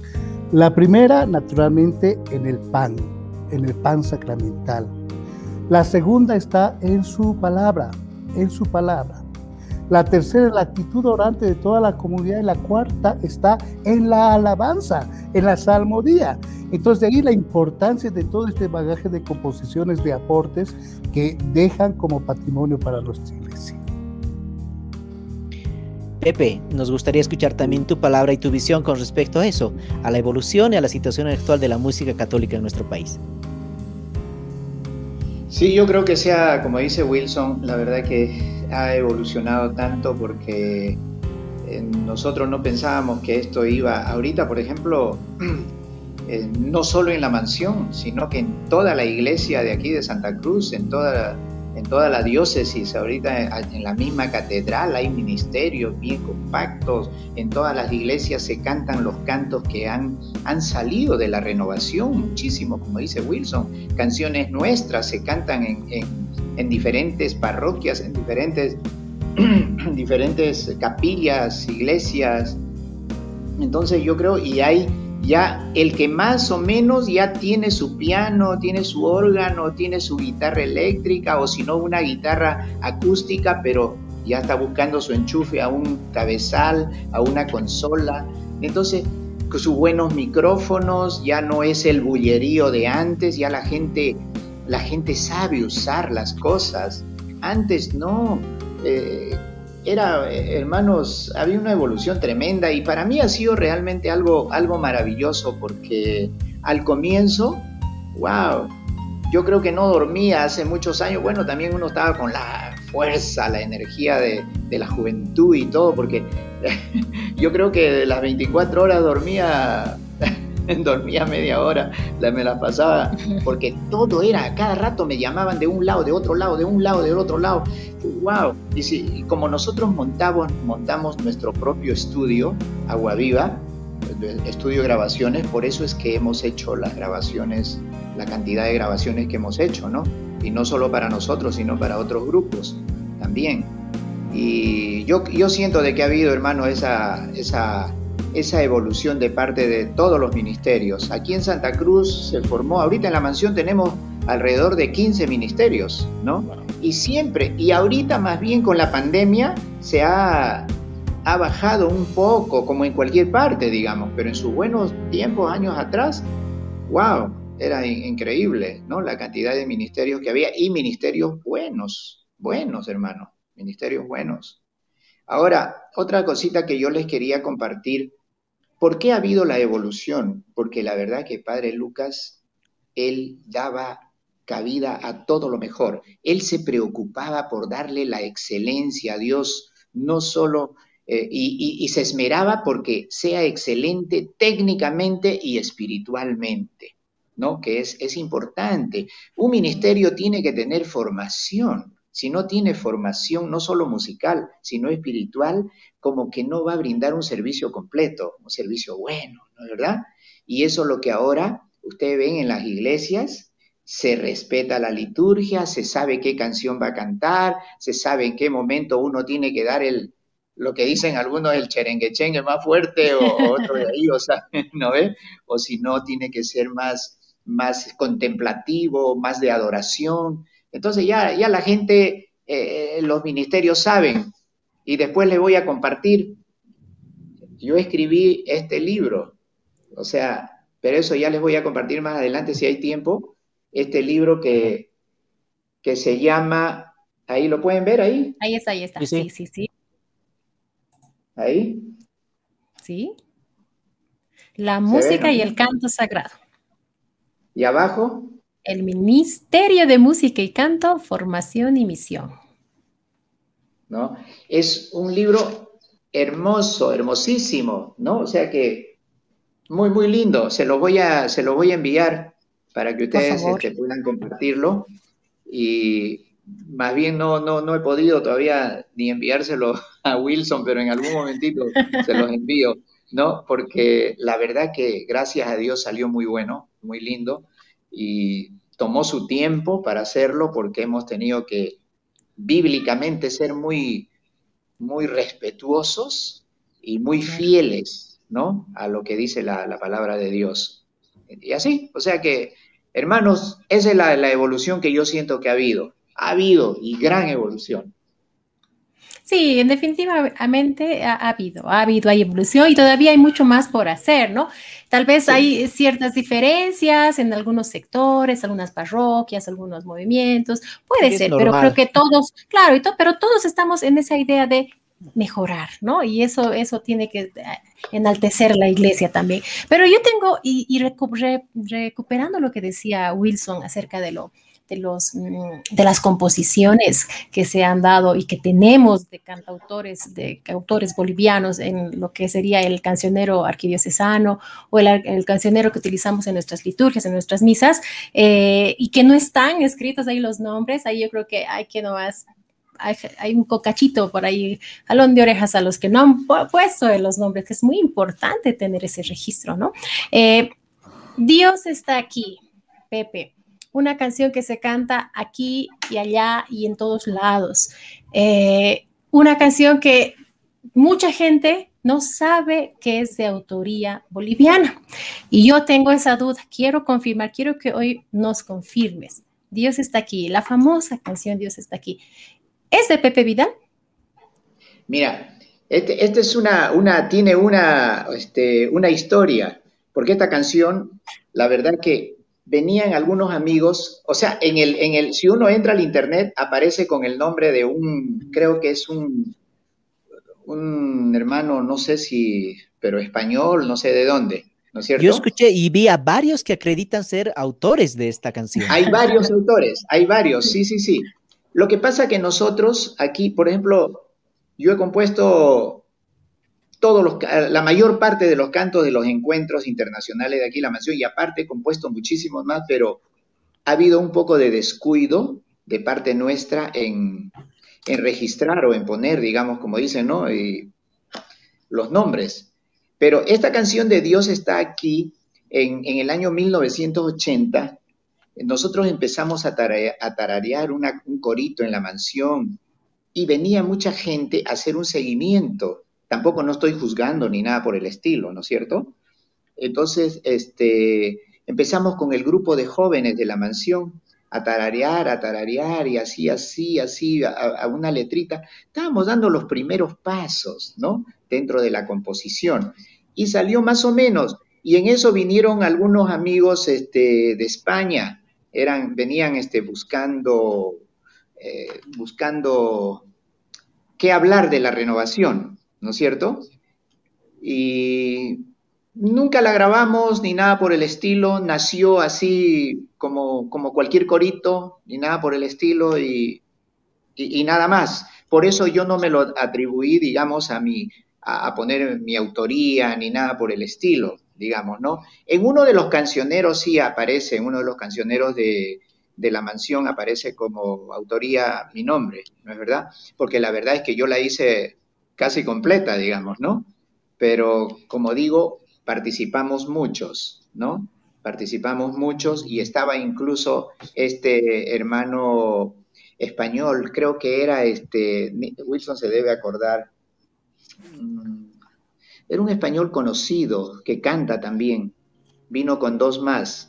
La primera, naturalmente, en el pan, en el pan sacramental. La segunda está en su palabra, en su palabra. La tercera, la actitud orante de toda la comunidad. Y la cuarta está en la alabanza, en la salmodía. Entonces, de ahí la importancia de todo este bagaje de composiciones, de aportes que dejan como patrimonio para nuestra iglesia. Pepe, nos gustaría escuchar también tu palabra y tu visión con respecto a eso, a la evolución y a la situación actual de la música católica en nuestro país. Sí, yo creo que sea, como dice Wilson, la verdad que ha evolucionado tanto porque eh, nosotros no pensábamos que esto iba, ahorita por ejemplo, eh, no solo en la mansión, sino que en toda la iglesia de aquí de Santa Cruz, en toda, en toda la diócesis, ahorita en la misma catedral hay ministerios bien compactos, en todas las iglesias se cantan los cantos que han, han salido de la renovación, muchísimo, como dice Wilson, canciones nuestras se cantan en, en, en diferentes parroquias, en diferentes, diferentes capillas, iglesias. Entonces yo creo, y hay ya el que más o menos ya tiene su piano, tiene su órgano, tiene su guitarra eléctrica o si no una guitarra acústica, pero ya está buscando su enchufe a un cabezal, a una consola. Entonces, con sus buenos micrófonos, ya no es el bullerío de antes, ya la gente, la gente sabe usar las cosas. Antes no, eh, era, hermanos, había una evolución tremenda y para mí ha sido realmente algo, algo maravilloso porque al comienzo, wow, yo creo que no dormía hace muchos años. Bueno, también uno estaba con la fuerza, la energía de, de la juventud y todo, porque yo creo que de las veinticuatro horas dormía, dormía media hora, me la pasaba, porque todo era, cada rato me llamaban de un lado, de otro lado, de un lado, del otro lado. Wow, y, si, y como nosotros montamos, montamos nuestro propio estudio, Agua Viva, estudio de grabaciones, por eso es que hemos hecho las grabaciones, la cantidad de grabaciones que hemos hecho, ¿no? Y no solo para nosotros, sino para otros grupos también. Y yo, yo siento de que ha habido, hermano, esa, esa, esa evolución de parte de todos los ministerios. Aquí en Santa Cruz se formó, ahorita en la mansión tenemos alrededor de quince ministerios, ¿no? Y siempre, y ahorita más bien con la pandemia se ha, ha bajado un poco, como en cualquier parte, digamos, pero en sus buenos tiempos, años atrás, wow, era in- increíble, ¿no? La cantidad de ministerios que había, y ministerios buenos, buenos, hermano, ministerios buenos. Ahora, otra cosita que yo les quería compartir, ¿por qué ha habido la evolución? Porque la verdad que Padre Lucas, él daba cabida a todo lo mejor. Él se preocupaba por darle la excelencia a Dios, no solo, eh, y, y, y se esmeraba porque sea excelente técnicamente y espiritualmente, ¿no? Que es, es importante. Un ministerio tiene que tener formación. Si no tiene formación, no solo musical, sino espiritual, como que no va a brindar un servicio completo, un servicio bueno, ¿no es verdad? Y eso es lo que ahora ustedes ven en las iglesias. Se respeta la liturgia, se sabe qué canción va a cantar, se sabe en qué momento uno tiene que dar el, lo que dicen algunos, el cherenguechengue más fuerte, o, o otro de ahí, o sea, ¿no ves? O si no, tiene que ser más, más contemplativo, más de adoración. Entonces ya, ya la gente, eh, los ministerios saben. Y después les voy a compartir, yo escribí este libro, o sea, pero eso ya les voy a compartir más adelante si hay tiempo. Este libro que, que se llama, ahí lo pueden ver, ahí, Ahí está, ahí está. Sí, sí. Sí, sí, sí. ahí, Sí. La ¿se ve, música y no? el canto sagrado. Y abajo, El Ministerio de Música y Canto, Formación y Misión. ¿no? Es un libro hermoso, hermosísimo, ¿no? O sea que muy, muy lindo. Se lo voy a, se lo voy a enviar para que Por ustedes favor. este, puedan compartirlo. Y más bien no, no, no he podido todavía ni enviárselo a Wilson, pero en algún momentito se los envío, ¿no? Porque la verdad que gracias a Dios salió muy bueno, muy lindo, y tomó su tiempo para hacerlo porque hemos tenido que bíblicamente ser muy, muy respetuosos y muy Claro. fieles, ¿no? A lo que dice la, la palabra de Dios. Y así, o sea que, hermanos, esa es la, la evolución que yo siento que ha habido. Ha habido, y gran evolución. Sí, en definitivamente ha, ha habido, ha habido, hay evolución y todavía hay mucho más por hacer, ¿no? Tal vez Sí. hay ciertas diferencias en algunos sectores, algunas parroquias, algunos movimientos, puede Es ser, pero normal. creo que todos, claro, y to- pero todos estamos en esa idea de mejorar, ¿no? Y eso, eso tiene que eh, enaltecer la iglesia también. Pero yo tengo, y, y recu- re- recuperando lo que decía Wilson acerca de lo de, los, mm, de las composiciones que se han dado y que tenemos de cantautores, de autores bolivianos en lo que sería el cancionero arquidiocesano o el, el cancionero que utilizamos en nuestras liturgias, en nuestras misas, eh, y que no están escritos ahí los nombres. Ahí yo creo que hay que nomás hay, hay un cocachito por ahí, jalón de orejas a los que no han pu- puesto los nombres, que es muy importante tener ese registro, ¿no? Eh, Dios está aquí, Pepe. Una canción que se canta aquí y allá y en todos lados. Eh, una canción que mucha gente no sabe que es de autoría boliviana. Y yo tengo esa duda. Quiero confirmar, quiero que hoy nos confirmes. Dios está aquí, la famosa canción Dios está aquí. ¿Es de Pepe Vidal? Mira, este, este es una, una, tiene una, este, una historia, porque esta canción, la verdad que venían algunos amigos, o sea, en el, en el, si uno entra al internet, aparece con el nombre de un, creo que es un, un hermano, no sé si, pero español, no sé de dónde, ¿no es Yo cierto? escuché y vi a varios que acreditan ser autores de esta canción. Hay varios autores, hay varios, sí, sí, sí. Lo que pasa que nosotros aquí, por ejemplo, yo he compuesto todos los, la mayor parte de los cantos de los encuentros internacionales de aquí, la mansión, y aparte he compuesto muchísimos más, pero ha habido un poco de descuido de parte nuestra en, en registrar o en poner, digamos, como dicen, ¿no? Y los nombres. Pero esta canción de Dios está aquí en, en el año mil novecientos ochenta. Nosotros empezamos a, tarea, a tararear una, un corito en la mansión y venía mucha gente a hacer un seguimiento. Tampoco no estoy juzgando ni nada por el estilo, ¿no es cierto? Entonces, este, empezamos con el grupo de jóvenes de la mansión a tararear, a tararear, y así, así, así, a, a una letrita. Estábamos dando los primeros pasos, ¿no? Dentro de la composición. Y salió más o menos. Y en eso vinieron algunos amigos este, de España. Eran, venían este, buscando, eh, buscando qué hablar de la renovación, ¿no es cierto? Y nunca la grabamos ni nada por el estilo, nació así como, como cualquier corito, ni nada por el estilo y, y, y nada más. Por eso yo no me lo atribuí, digamos, a, mi, a, a poner mi autoría ni nada por el estilo, digamos, ¿no? En uno de los cancioneros sí aparece, en uno de los cancioneros de, de la mansión aparece como autoría mi nombre, ¿no es verdad? Porque la verdad es que yo la hice casi completa, digamos, ¿no? Pero, como digo, participamos muchos, ¿no? Participamos muchos y estaba incluso este hermano español, creo que era este, Wilson se debe acordar, era un español conocido que canta también, vino con dos más,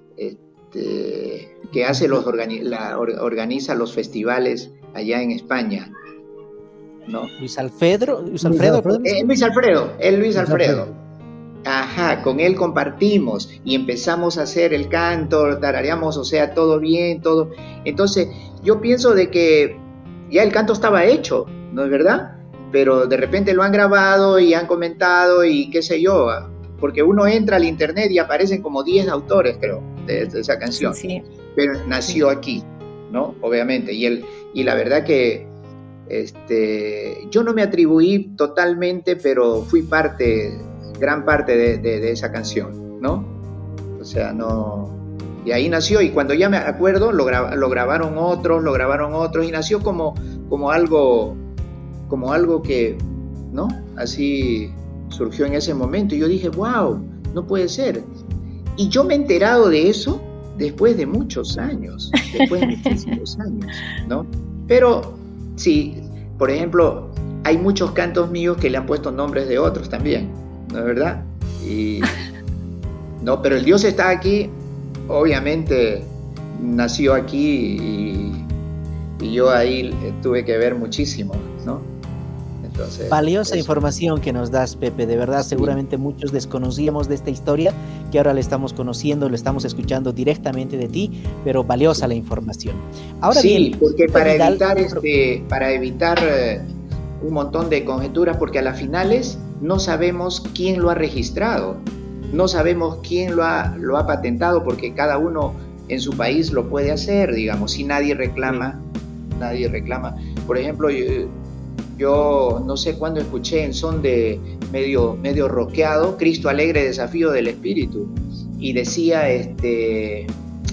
este, que hace los organi la, organiza los festivales allá en España. ¿No? Luis Alfredo, Luis Alfredo, Luis Alfredo, eh, Luis Alfredo, el Luis Alfredo. Ajá, con él compartimos y empezamos a hacer el canto, tarareamos, o sea, todo bien, todo. Entonces, yo pienso de que ya el canto estaba hecho, ¿no es verdad? Pero de repente lo han grabado y han comentado y qué sé yo, porque uno entra al internet y aparecen como diez autores, creo, de, de esa canción. Sí, sí. Pero nació sí. aquí, ¿no? Obviamente. Y, el, y la verdad que Este, yo no me atribuí totalmente, pero fui parte, gran parte de, de, de esa canción, ¿no? O sea, no... Y ahí nació, y cuando ya me acuerdo, lo, gra lo grabaron otros, lo grabaron otros, y nació como, como algo, como algo que, ¿no? Así surgió en ese momento, y yo dije, wow, no puede ser. Y yo me he enterado de eso después de muchos años, después de muchísimos años, ¿no? Pero... sí, por ejemplo, hay muchos cantos míos que le han puesto nombres de otros también, ¿no es verdad? Y, no, pero el Dios está aquí, obviamente nació aquí y, y yo ahí tuve que ver muchísimo, ¿no? Entonces, valiosa eso. Información que nos das, Pepe, de verdad, seguramente sí. Muchos desconocíamos de esta historia, que ahora la estamos conociendo, lo estamos escuchando directamente de ti, pero valiosa la información. Ahora sí, bien, porque para Vidal, evitar, este, para evitar eh, un montón de conjeturas, porque a las finales no sabemos quién lo ha registrado, no sabemos quién lo ha, lo ha patentado, porque cada uno en su país lo puede hacer, digamos, si nadie reclama, sí. nadie reclama. Por ejemplo, yo, Yo no sé cuándo escuché en son de medio, medio rockeado, Cristo Alegre, Desafío del Espíritu, y decía, este,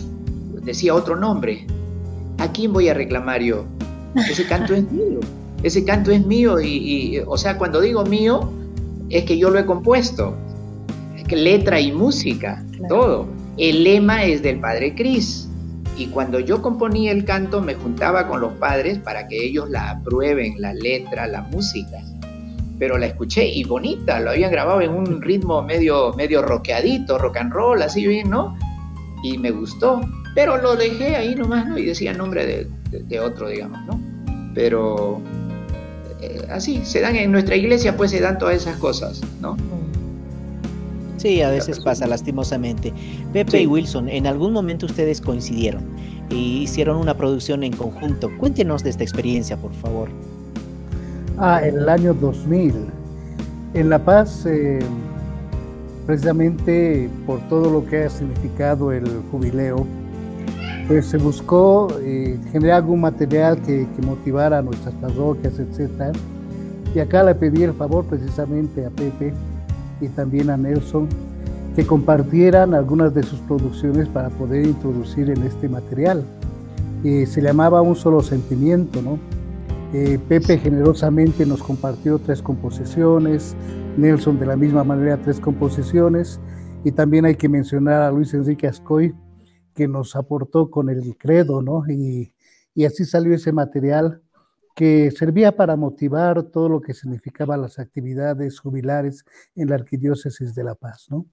decía otro nombre. ¿A quién voy a reclamar yo? Ese canto es mío, ese canto es mío, y, y o sea, cuando digo mío, es que yo lo he compuesto, letra y música, claro. Todo. El lema es del Padre Cris. Y cuando yo componía el canto me juntaba con los padres para que ellos la aprueben, la letra, la música. Pero la escuché y bonita, lo habían grabado en un ritmo medio, medio rockeadito, rock and roll, así bien, ¿no? Y me gustó, pero lo dejé ahí nomás, ¿no? Y decía nombre de, de, de otro, digamos, ¿no? Pero eh, así, se dan en nuestra iglesia, pues se dan todas esas cosas, ¿no? Sí, a veces pasa, lastimosamente. Pepe sí. y Wilson, en algún momento ustedes coincidieron y hicieron una producción en conjunto. Cuéntenos de esta experiencia, por favor. Ah, en el año dos mil. En La Paz, eh, precisamente por todo lo que ha significado el jubileo, pues se buscó eh, generar algún material que, que motivara a nuestras parroquias, etcétera. Y acá le pedí el favor precisamente a Pepe y también a Nelson, que compartieran algunas de sus producciones para poder introducir en este material. Eh, se llamaba Un Solo Sentimiento, ¿no? Eh, Pepe generosamente nos compartió tres composiciones, Nelson de la misma manera tres composiciones, y también hay que mencionar a Luis Enrique Ascoy, que nos aportó con el credo, ¿no? Y, y así salió ese material que servía para motivar todo lo que significaba las actividades jubilares en la Arquidiócesis de La Paz, ¿no?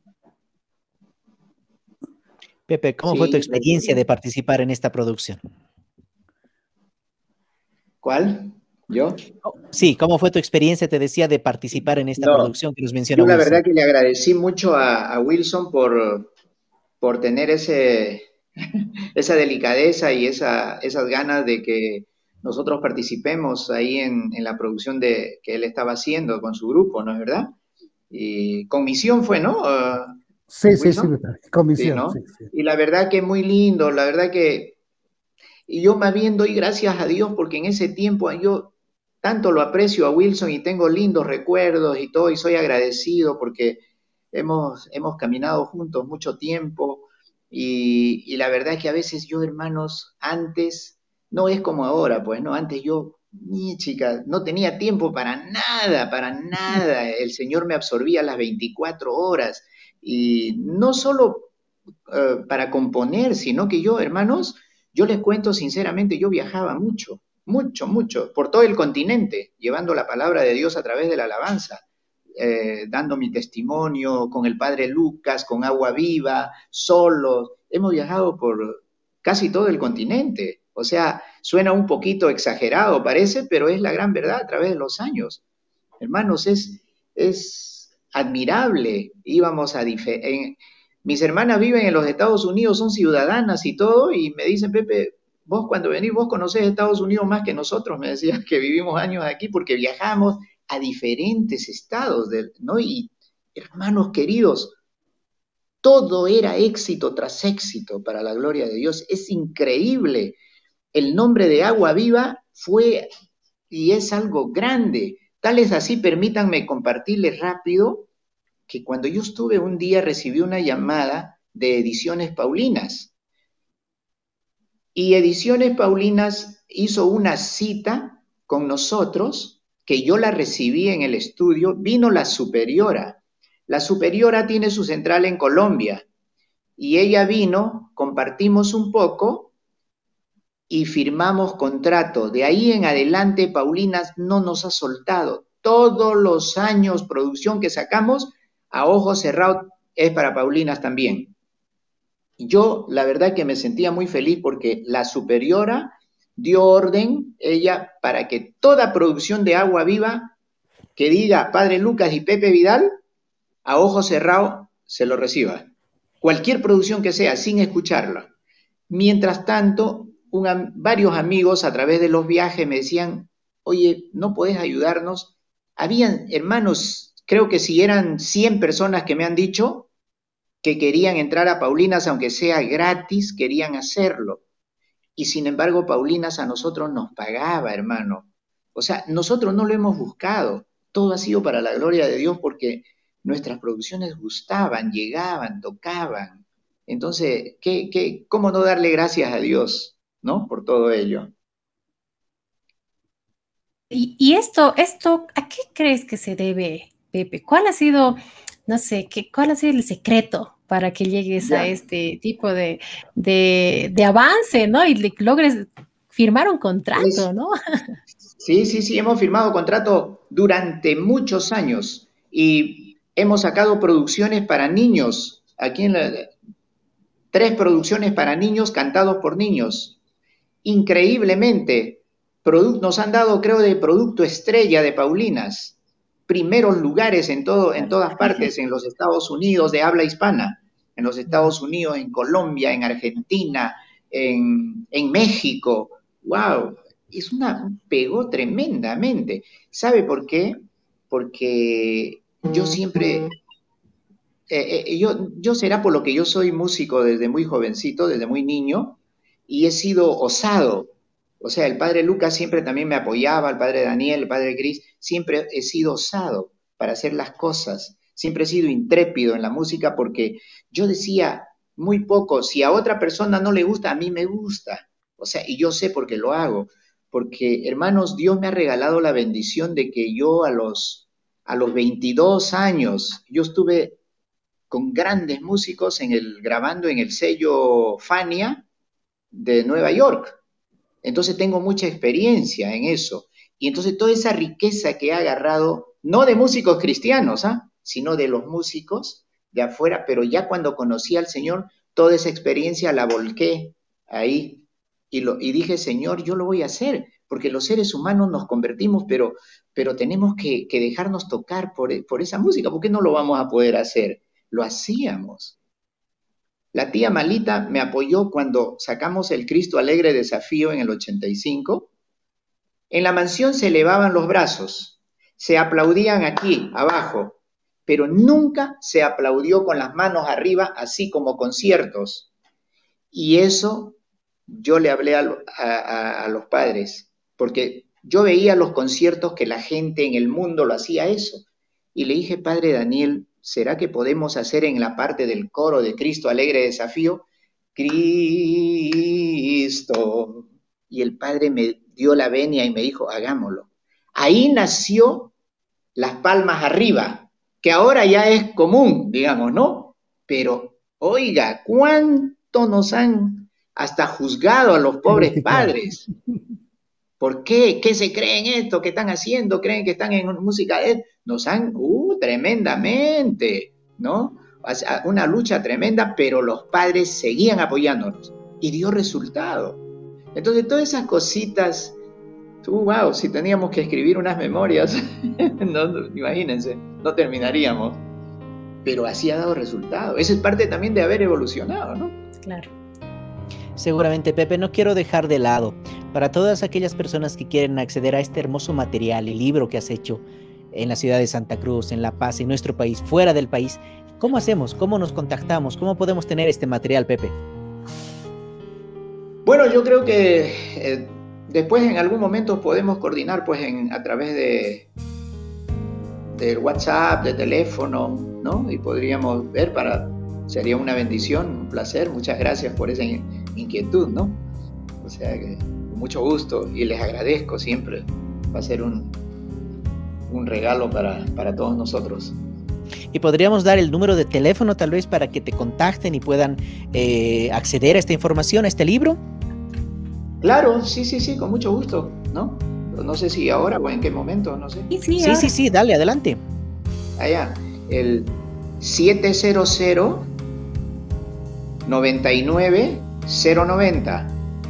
Pepe, ¿cómo fue tu Sí, experiencia de participar en esta producción? ¿cuál? ¿Yo? Sí, ¿cómo fue tu experiencia, te decía, de participar en esta No, producción que nos menciona yo la verdad Wilson? que le agradecí mucho a, a Wilson por, por tener ese, esa delicadeza y esa, esas ganas de que nosotros participemos ahí en, en la producción de, que él estaba haciendo con su grupo, ¿no es verdad? Y con misión fue, ¿no? Uh, Sí, sí, sí, Wilson. Sí, comisión, ¿no? sí, sí. Y la verdad que muy lindo, la verdad que, y yo más bien doy gracias a Dios porque en ese tiempo yo tanto lo aprecio a Wilson y tengo lindos recuerdos y todo, y soy agradecido porque hemos, hemos caminado juntos mucho tiempo y, y la verdad es que a veces yo, hermanos, antes, no es como ahora, pues, ¿no? Antes yo, ni chica, no tenía tiempo para nada, para nada. El Señor me absorbía las veinticuatro horas y no solo uh, para componer, sino que yo, hermanos, yo les cuento sinceramente, yo viajaba mucho, mucho, mucho, por todo el continente, llevando la palabra de Dios a través de la alabanza, eh, dando mi testimonio con el Padre Lucas, con Agua Viva, solos. Hemos viajado por casi todo el continente. O sea, suena un poquito exagerado, parece, pero es la gran verdad a través de los años. Hermanos, es, es admirable. Íbamos a diferentes... Mis hermanas viven en los Estados Unidos, son ciudadanas y todo, y me dicen, Pepe, vos cuando venís, vos conocés Estados Unidos más que nosotros, me decían, que vivimos años aquí, porque viajamos a diferentes estados, de, ¿no? Y hermanos queridos, todo era éxito tras éxito para la gloria de Dios. Es increíble. El nombre de Agua Viva fue y es algo grande. Tal es así, permítanme compartirles rápido, que cuando yo estuve un día recibí una llamada de Ediciones Paulinas. Y Ediciones Paulinas hizo una cita con nosotros, que yo la recibí en el estudio. Vino la superiora. La superiora tiene su central en Colombia. Y ella vino, compartimos un poco y firmamos contrato. De ahí en adelante, Paulinas no nos ha soltado. Todos los años producción que sacamos, a ojos cerrados, es para Paulinas también. Yo, la verdad que me sentía muy feliz porque la superiora dio orden, ella, para que toda producción de Agua Viva que diga Padre Lucas y Pepe Vidal, a ojos cerrados se lo reciba. Cualquier producción que sea, sin escucharla. Mientras tanto, un, varios amigos a través de los viajes me decían, oye, ¿no podés ayudarnos? Habían, hermanos, creo que si eran cien personas que me han dicho que querían entrar a Paulinas, aunque sea gratis, querían hacerlo. Y sin embargo, Paulinas a nosotros nos pagaba, hermano. O sea, nosotros no lo hemos buscado. Todo ha sido para la gloria de Dios porque nuestras producciones gustaban, llegaban, tocaban. Entonces, ¿qué, qué, ¿cómo no darle gracias a Dios, ¿no? Por todo ello. Y, y esto, esto, ¿a qué crees que se debe, Pepe? ¿Cuál ha sido, no sé, qué, cuál ha sido el secreto para que llegues ya a este tipo de, de, de avance, ¿no? Y le, logres firmar un contrato, es, ¿no? Sí, sí, sí, hemos firmado contrato durante muchos años y hemos sacado producciones para niños. Aquí en la, tres producciones para niños cantados por niños. Increíblemente, nos han dado, creo, de producto estrella de Paulinas. Primeros lugares en, todo, en todas partes, en los Estados Unidos de habla hispana, en los Estados Unidos, en Colombia, en Argentina, en, en México. ¡Wow! Es una, pegó tremendamente. ¿Sabe por qué? Porque yo siempre... Eh, eh, yo, yo será por lo que yo soy músico desde muy jovencito, desde muy niño, y he sido osado. O sea, el padre Lucas siempre también me apoyaba, el padre Daniel, el padre Cris, siempre he sido osado para hacer las cosas, siempre he sido intrépido en la música porque yo decía muy poco, si a otra persona no le gusta, a mí me gusta. O sea, y yo sé por qué lo hago, porque hermanos, Dios me ha regalado la bendición de que yo a los, a los veintidós años, yo estuve con grandes músicos en el, grabando en el sello Fania de Nueva York. Entonces tengo mucha experiencia en eso. Y entonces toda esa riqueza que he agarrado, no de músicos cristianos, ¿ah? sino de los músicos de afuera, pero ya cuando conocí al Señor, toda esa experiencia la volqué ahí y, lo, y dije, Señor, yo lo voy a hacer, porque los seres humanos nos convertimos, pero, pero tenemos que, que dejarnos tocar por, por esa música. ¿Por qué no lo vamos a poder hacer? Lo hacíamos. La tía Malita me apoyó cuando sacamos el Cristo Alegre Desafío en el ochenta y cinco. En la mansión se elevaban los brazos, se aplaudían aquí, abajo, pero nunca se aplaudió con las manos arriba, así como conciertos. Y eso yo le hablé a, a, a los padres, porque yo veía los conciertos que la gente en el mundo lo hacía eso. Y le dije, Padre Daniel, ¿será que podemos hacer en la parte del coro de Cristo Alegre Desafío? Cristo. Y el Padre me dio la venia y me dijo, hagámoslo. Ahí nació las palmas arriba, que ahora ya es común, digamos, ¿no? Pero, oiga, ¿cuánto nos han hasta juzgado a los pobres padres? ¿Por qué? ¿Qué se creen esto? ¿Qué están haciendo? ¿Creen que están en música? Nos han, uh, tremendamente, ¿no? Una lucha tremenda, pero los padres seguían apoyándonos y dio resultado. Entonces, todas esas cositas, uh, wow, si teníamos que escribir unas memorias, no, imagínense, no terminaríamos. Pero así ha dado resultado. Eso es parte también de haber evolucionado, ¿no? Claro. Seguramente, Pepe, no quiero dejar de lado, para todas aquellas personas que quieren acceder a este hermoso material, el libro que has hecho en la ciudad de Santa Cruz, en La Paz, en nuestro país, fuera del país, ¿cómo hacemos? ¿Cómo nos contactamos? ¿Cómo podemos tener este material, Pepe? Bueno, yo creo que eh, después en algún momento podemos coordinar pues en, a través de del WhatsApp, de teléfono, ¿no? Y podríamos ver para... Sería una bendición, un placer. Muchas gracias por esa inquietud, ¿no? O sea, que con mucho gusto y les agradezco siempre. Va a ser un, un regalo para, para todos nosotros. Y podríamos dar el número de teléfono tal vez para que te contacten y puedan eh, acceder a esta información, a este libro. Claro, sí, sí, sí, con mucho gusto, ¿no? No sé si ahora o en qué momento, no sé. Sí, sí, sí, sí, sí, dale, adelante. Allá, el siete cero cero, nueve nueve cero nueve cero.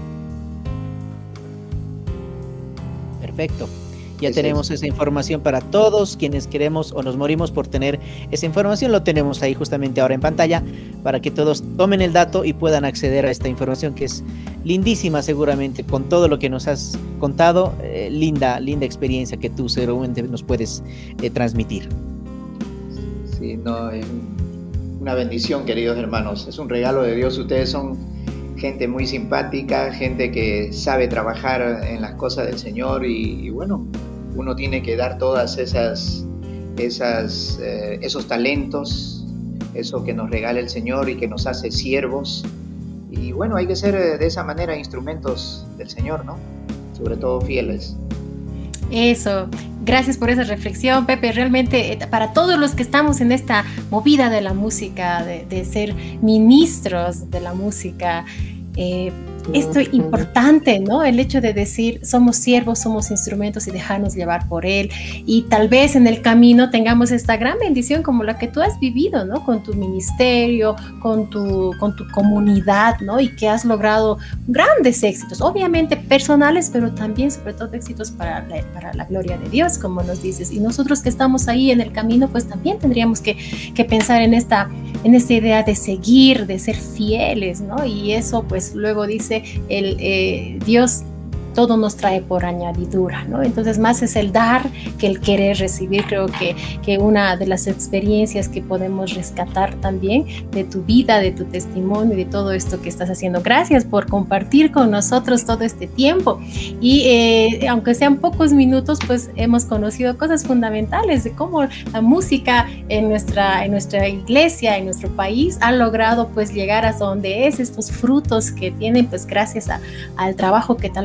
Perfecto. Ya tenemos esa información para todos quienes queremos o nos morimos por tener esa información. Lo tenemos ahí justamente ahora en pantalla para que todos tomen el dato y puedan acceder a esta información que es lindísima seguramente con todo lo que nos has contado. Eh, linda, linda experiencia que tú seguramente nos puedes eh, transmitir. Sí, no, es una bendición, queridos hermanos. Es un regalo de Dios. Ustedes son gente muy simpática, gente que sabe trabajar en las cosas del Señor y, y bueno, uno tiene que dar todas esas, esas, eh, esos talentos, eso que nos regala el Señor y que nos hace siervos. Y bueno, hay que ser de esa manera instrumentos del Señor, ¿no? Sobre todo fieles. Eso, gracias por esa reflexión, Pepe. Realmente para todos los que estamos en esta movida de la música, de, de ser ministros de la música, eh, esto es importante, ¿no? El hecho de decir somos siervos, somos instrumentos y dejarnos llevar por Él, y tal vez en el camino tengamos esta gran bendición como la que tú has vivido, ¿no? Con tu ministerio, con tu, con tu comunidad, ¿no? Y que has logrado grandes éxitos, obviamente personales, pero también sobre todo éxitos para la, para la gloria de Dios, como nos dices. Y nosotros que estamos ahí en el camino, pues también tendríamos que, que pensar en esta, en esta idea de seguir, de ser fieles, ¿no? Y eso pues luego dice el eh, Dios, todo nos trae por añadidura, ¿no? Entonces más es el dar que el querer recibir. Creo que, que una de las experiencias que podemos rescatar también de tu vida, de tu testimonio y de todo esto que estás haciendo. Gracias por compartir con nosotros todo este tiempo y eh, aunque sean pocos minutos, pues hemos conocido cosas fundamentales de cómo la música en nuestra, en nuestra iglesia, en nuestro país ha logrado pues llegar a donde es, estos frutos que tienen pues gracias a, al trabajo que tal vez tú has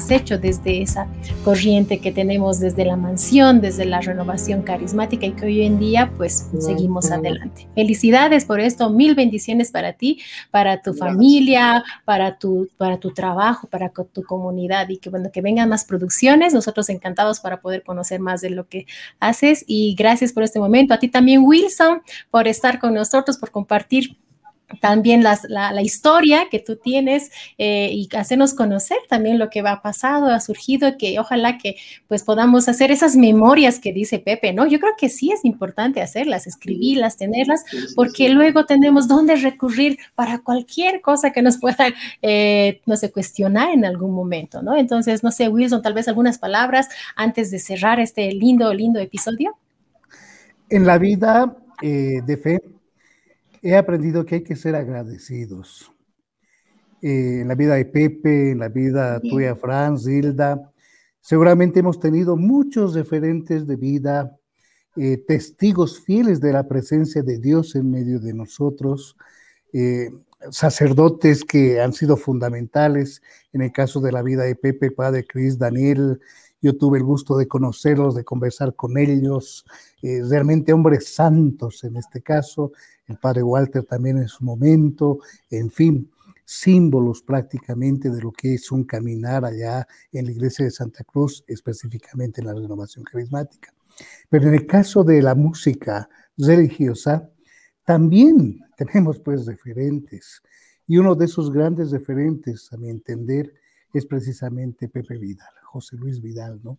has hecho desde esa corriente que tenemos desde la mansión, desde la renovación carismática y que hoy en día pues seguimos adelante. Felicidades por esto, mil bendiciones para ti, para tu Gracias. familia, para tu, para tu trabajo, para tu comunidad y que bueno, que vengan más producciones. Nosotros encantados para poder conocer más de lo que haces y gracias por este momento. A ti también, Wilson, por estar con nosotros, por compartir también las, la, la historia que tú tienes eh, y hacernos conocer también lo que va pasado, ha surgido, que ojalá que pues podamos hacer esas memorias que dice Pepe, ¿no? Yo creo que sí es importante hacerlas, escribirlas, tenerlas, porque luego tenemos dónde recurrir para cualquier cosa que nos pueda, eh, no sé, cuestionar en algún momento, ¿no? Entonces, no sé, Wilson, tal vez algunas palabras antes de cerrar este lindo, lindo episodio. En la vida eh, de fe, he aprendido que hay que ser agradecidos. Eh, en la vida de Pepe, en la vida Bien. tuya, Franz, Hilda, seguramente hemos tenido muchos referentes de vida, eh, testigos fieles de la presencia de Dios en medio de nosotros, eh, sacerdotes que han sido fundamentales. En el caso de la vida de Pepe, padre Cris, Daniel, yo tuve el gusto de conocerlos, de conversar con ellos, eh, realmente hombres santos en este caso, el padre Walter también en su momento, en fin, símbolos prácticamente de lo que es un caminar allá en la iglesia de Santa Cruz, específicamente en la renovación carismática. Pero en el caso de la música religiosa, también tenemos pues referentes, y uno de esos grandes referentes, a mi entender, es precisamente Pepe Vidal, José Luis Vidal, ¿no?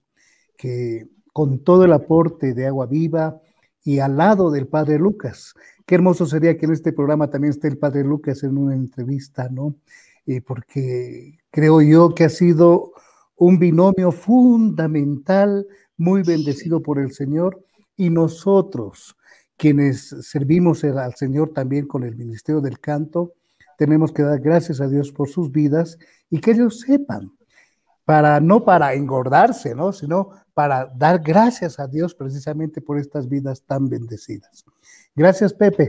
Que con todo el aporte de Agua Viva y al lado del padre Lucas, qué hermoso sería que en este programa también esté el padre Lucas en una entrevista, ¿no? Eh, porque creo yo que ha sido un binomio fundamental, muy bendecido por el Señor, y nosotros, quienes servimos al Señor también con el ministerio del canto, tenemos que dar gracias a Dios por sus vidas y que ellos sepan, para, no para engordarse, ¿no? Sino para dar gracias a Dios precisamente por estas vidas tan bendecidas. Gracias, Pepe,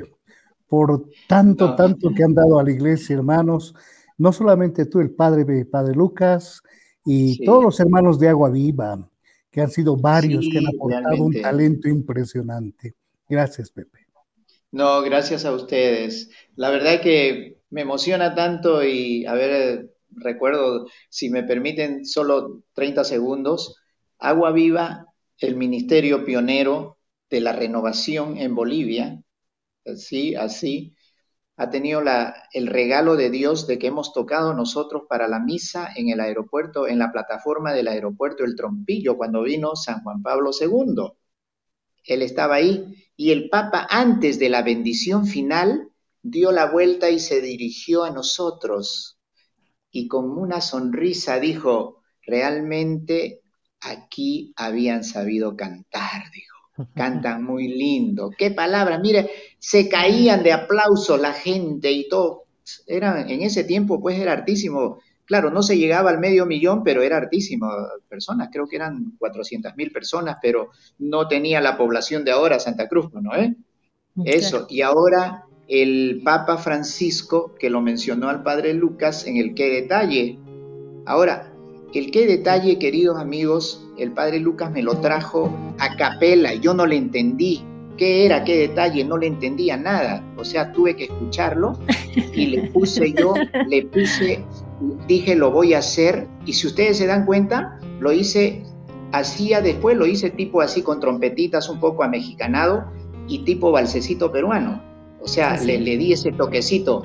por tanto, no. tanto que han dado a la iglesia, hermanos, no solamente tú, el padre, padre Lucas, y sí. todos los hermanos de Agua Viva, que han sido varios, sí, que han aportado realmente. un talento impresionante. Gracias, Pepe. No, gracias a ustedes. La verdad es que me emociona tanto y, a ver, recuerdo, si me permiten solo treinta segundos, Agua Viva, el ministerio pionero de la renovación en Bolivia, así, así, ha tenido la, el regalo de Dios de que hemos tocado nosotros para la misa en el aeropuerto, en la plataforma del aeropuerto El Trompillo, cuando vino San Juan Pablo segundo. Él estaba ahí y el Papa, antes de la bendición final, dio la vuelta y se dirigió a nosotros y con una sonrisa dijo, realmente aquí habían sabido cantar, dijo, cantan muy lindo, qué palabras, mire, se caían de aplausos la gente y todo, era, en ese tiempo pues era hartísimo, claro, no se llegaba al medio millón, pero era hartísimo personas, creo que eran cuatrocientas mil personas, pero no tenía la población de ahora Santa Cruz, ¿no? ¿Eh? Eso, y ahora el Papa Francisco, que lo mencionó al padre Lucas en el qué detalle, ahora, el qué detalle, queridos amigos, el padre Lucas me lo trajo a capela, yo no le entendí qué era, qué detalle, no le entendía nada, o sea, tuve que escucharlo y le puse yo, le puse, dije lo voy a hacer, y si ustedes se dan cuenta, lo hice, hacía después, lo hice tipo así con trompetitas un poco amexicanado y tipo balsecito peruano, o sea, le, le di ese toquecito.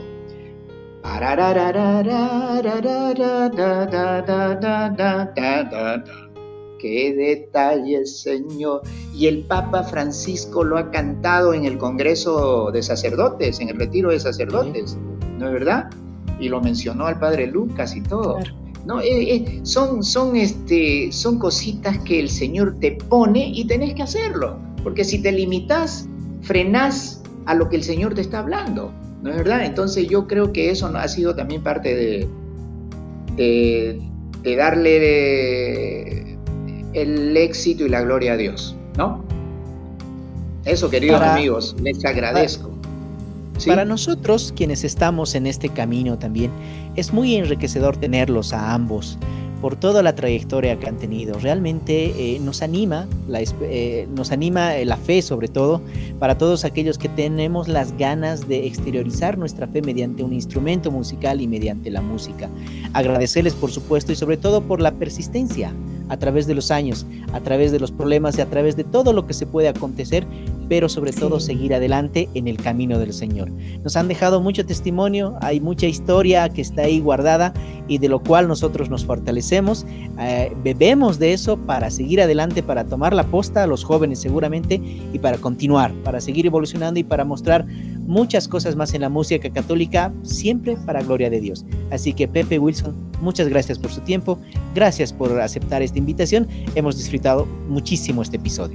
¡Qué detalle, Señor! Y el Papa Francisco lo ha cantado en el Congreso de Sacerdotes, en el Retiro de Sacerdotes, ¿no es verdad? Y lo mencionó al Padre Lucas y todo. Claro. No, eh, eh, son, son, este, son cositas que el Señor te pone y tenés que hacerlo, porque si te limitas, frenás a lo que el Señor te está hablando, ¿no es verdad? Entonces yo creo que eso ha sido también parte de, de, de darle de, el éxito y la gloria a Dios, ¿no? Eso, queridos para, amigos, les agradezco. Para, ¿sí? Para nosotros, quienes estamos en este camino también, es muy enriquecedor tenerlos a ambos, por toda la trayectoria que han tenido. Realmente eh, nos anima, la, eh, nos anima la fe sobre todo, para todos aquellos que tenemos las ganas de exteriorizar nuestra fe mediante un instrumento musical y mediante la música. Agradecerles por supuesto y sobre todo por la persistencia a través de los años, a través de los problemas y a través de todo lo que se puede acontecer, pero sobre todo sí. seguir adelante en el camino del Señor. Nos han dejado mucho testimonio, hay mucha historia que está ahí guardada y de lo cual nosotros nos fortalecemos, eh, bebemos de eso para seguir adelante, para tomar la posta a los jóvenes seguramente y para continuar, para seguir evolucionando y para mostrar muchas cosas más en la música católica, siempre para gloria de Dios. Así que Pepe, Wilson, muchas gracias por su tiempo, gracias por aceptar esta invitación, hemos disfrutado muchísimo este episodio.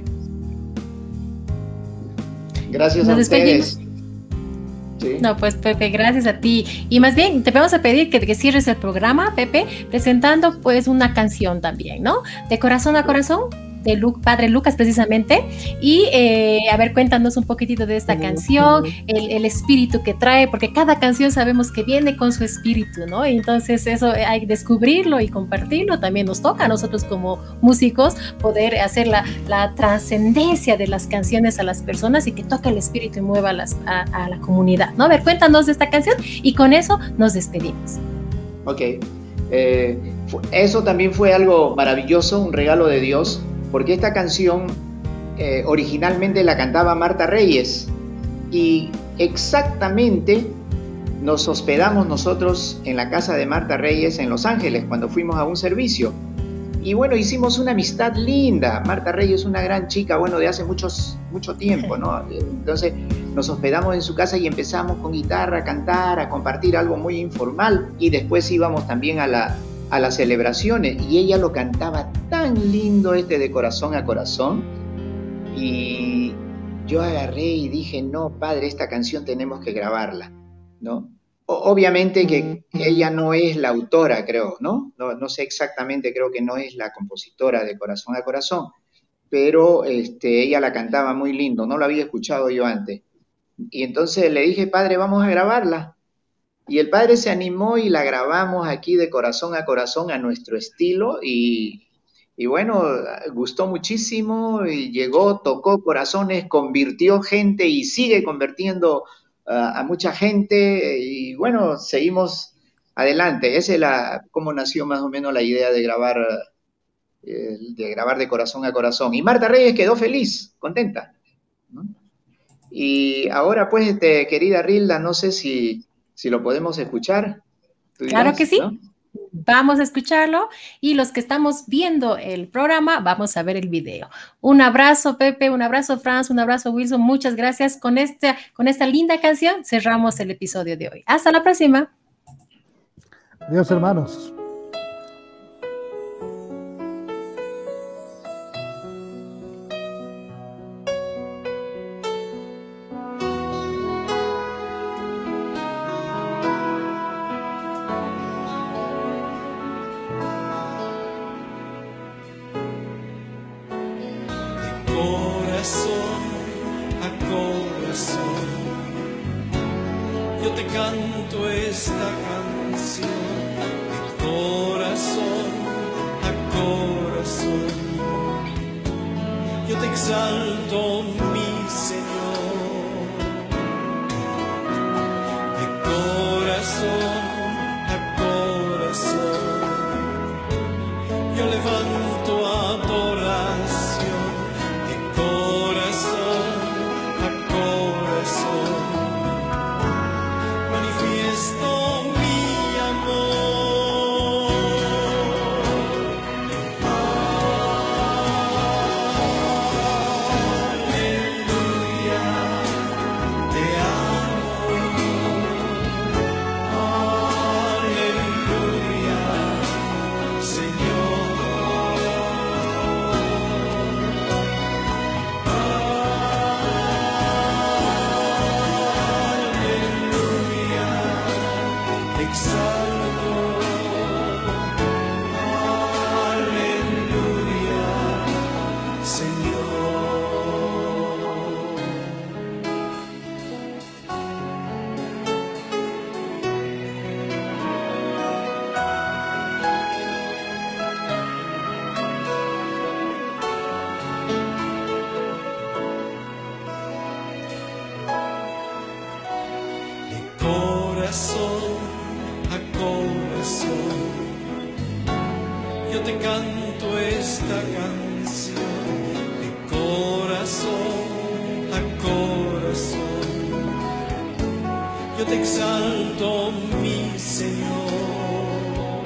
Gracias Nos a despedimos. ustedes. Sí. No, pues Pepe, gracias a ti. Y más bien, te vamos a pedir que, que cierres el programa, Pepe, presentando pues una canción también, ¿no? De corazón a corazón, de Lu- Padre Lucas precisamente. Y eh, a ver, cuéntanos un poquitito de esta canción, el, el espíritu que trae, porque cada canción sabemos que viene con su espíritu, ¿no? Y entonces eso hay que descubrirlo y compartirlo. También nos toca a nosotros como músicos poder hacer la, la trascendencia de las canciones a las personas y que toque el espíritu y mueva a, las, a, a la comunidad, ¿no? A ver, cuéntanos de esta canción y con eso nos despedimos. Ok. Eh, fu- eso también fue algo maravilloso, un regalo de Dios, porque esta canción eh, originalmente la cantaba Marta Reyes y exactamente nos hospedamos nosotros en la casa de Marta Reyes en Los Ángeles cuando fuimos a un servicio. Y bueno, hicimos una amistad linda. Marta Reyes es una gran chica, bueno, de hace muchos, mucho tiempo, ¿no? Entonces nos hospedamos en su casa y empezamos con guitarra a cantar, a compartir algo muy informal y después íbamos también a la... a las celebraciones y ella lo cantaba tan lindo este de corazón a corazón y yo agarré y dije, no, padre, esta canción tenemos que grabarla, ¿no? O- obviamente que ella no es la autora, creo, ¿no? ¿no? No sé exactamente, creo que no es la compositora de Corazón a Corazón, pero este, ella la cantaba muy lindo, no la había escuchado yo antes. Y entonces le dije, padre, vamos a grabarla. Y el padre se animó y la grabamos aquí de corazón a corazón a nuestro estilo y, y bueno, gustó muchísimo y llegó, tocó corazones, convirtió gente y sigue convirtiendo uh, a mucha gente y bueno, seguimos adelante. Esa es la, cómo nació más o menos la idea de grabar, eh, de grabar de corazón a corazón. Y Marta Reyes quedó feliz, contenta, ¿no? Y ahora pues, este, querida Rilda, no sé si... si lo podemos escuchar. Dirás, claro que sí. ¿no? Vamos a escucharlo y los que estamos viendo el programa vamos a ver el video. Un abrazo, Pepe, un abrazo, Franz, un abrazo, Wilson. Muchas gracias. Con esta, con esta linda canción cerramos el episodio de hoy. Hasta la próxima. Adiós, hermanos. Corazón a corazón, yo te canto esta canción. De corazón a corazón, yo te exalto, mi Señor. De corazón a corazón, yo levanto adoración. Corazón a corazón, manifiesto mi amor. Aleluya. corazón a corazón, yo te canto esta canción de corazón a corazón, yo te exalto, mi Señor,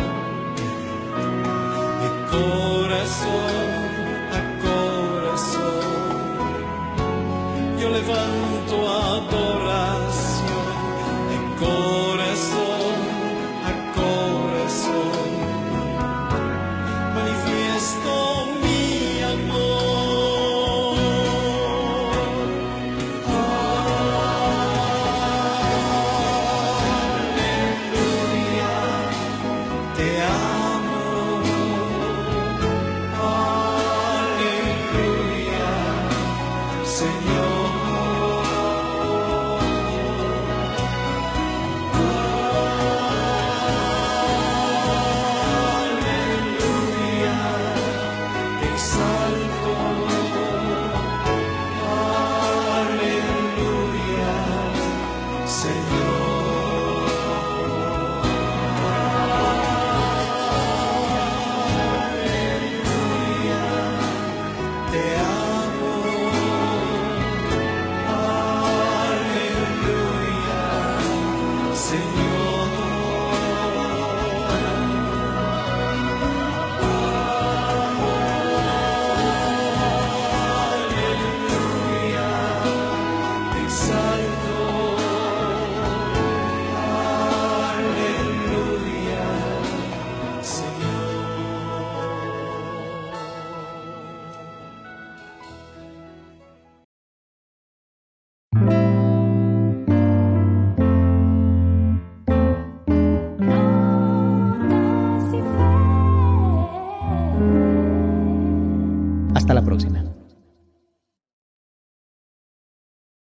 de corazón a corazón, yo levanto adoración, de corazón a corazón, manifiesto mi amor. Aleluya, te amo. Aleluya, Señor. Hasta la próxima.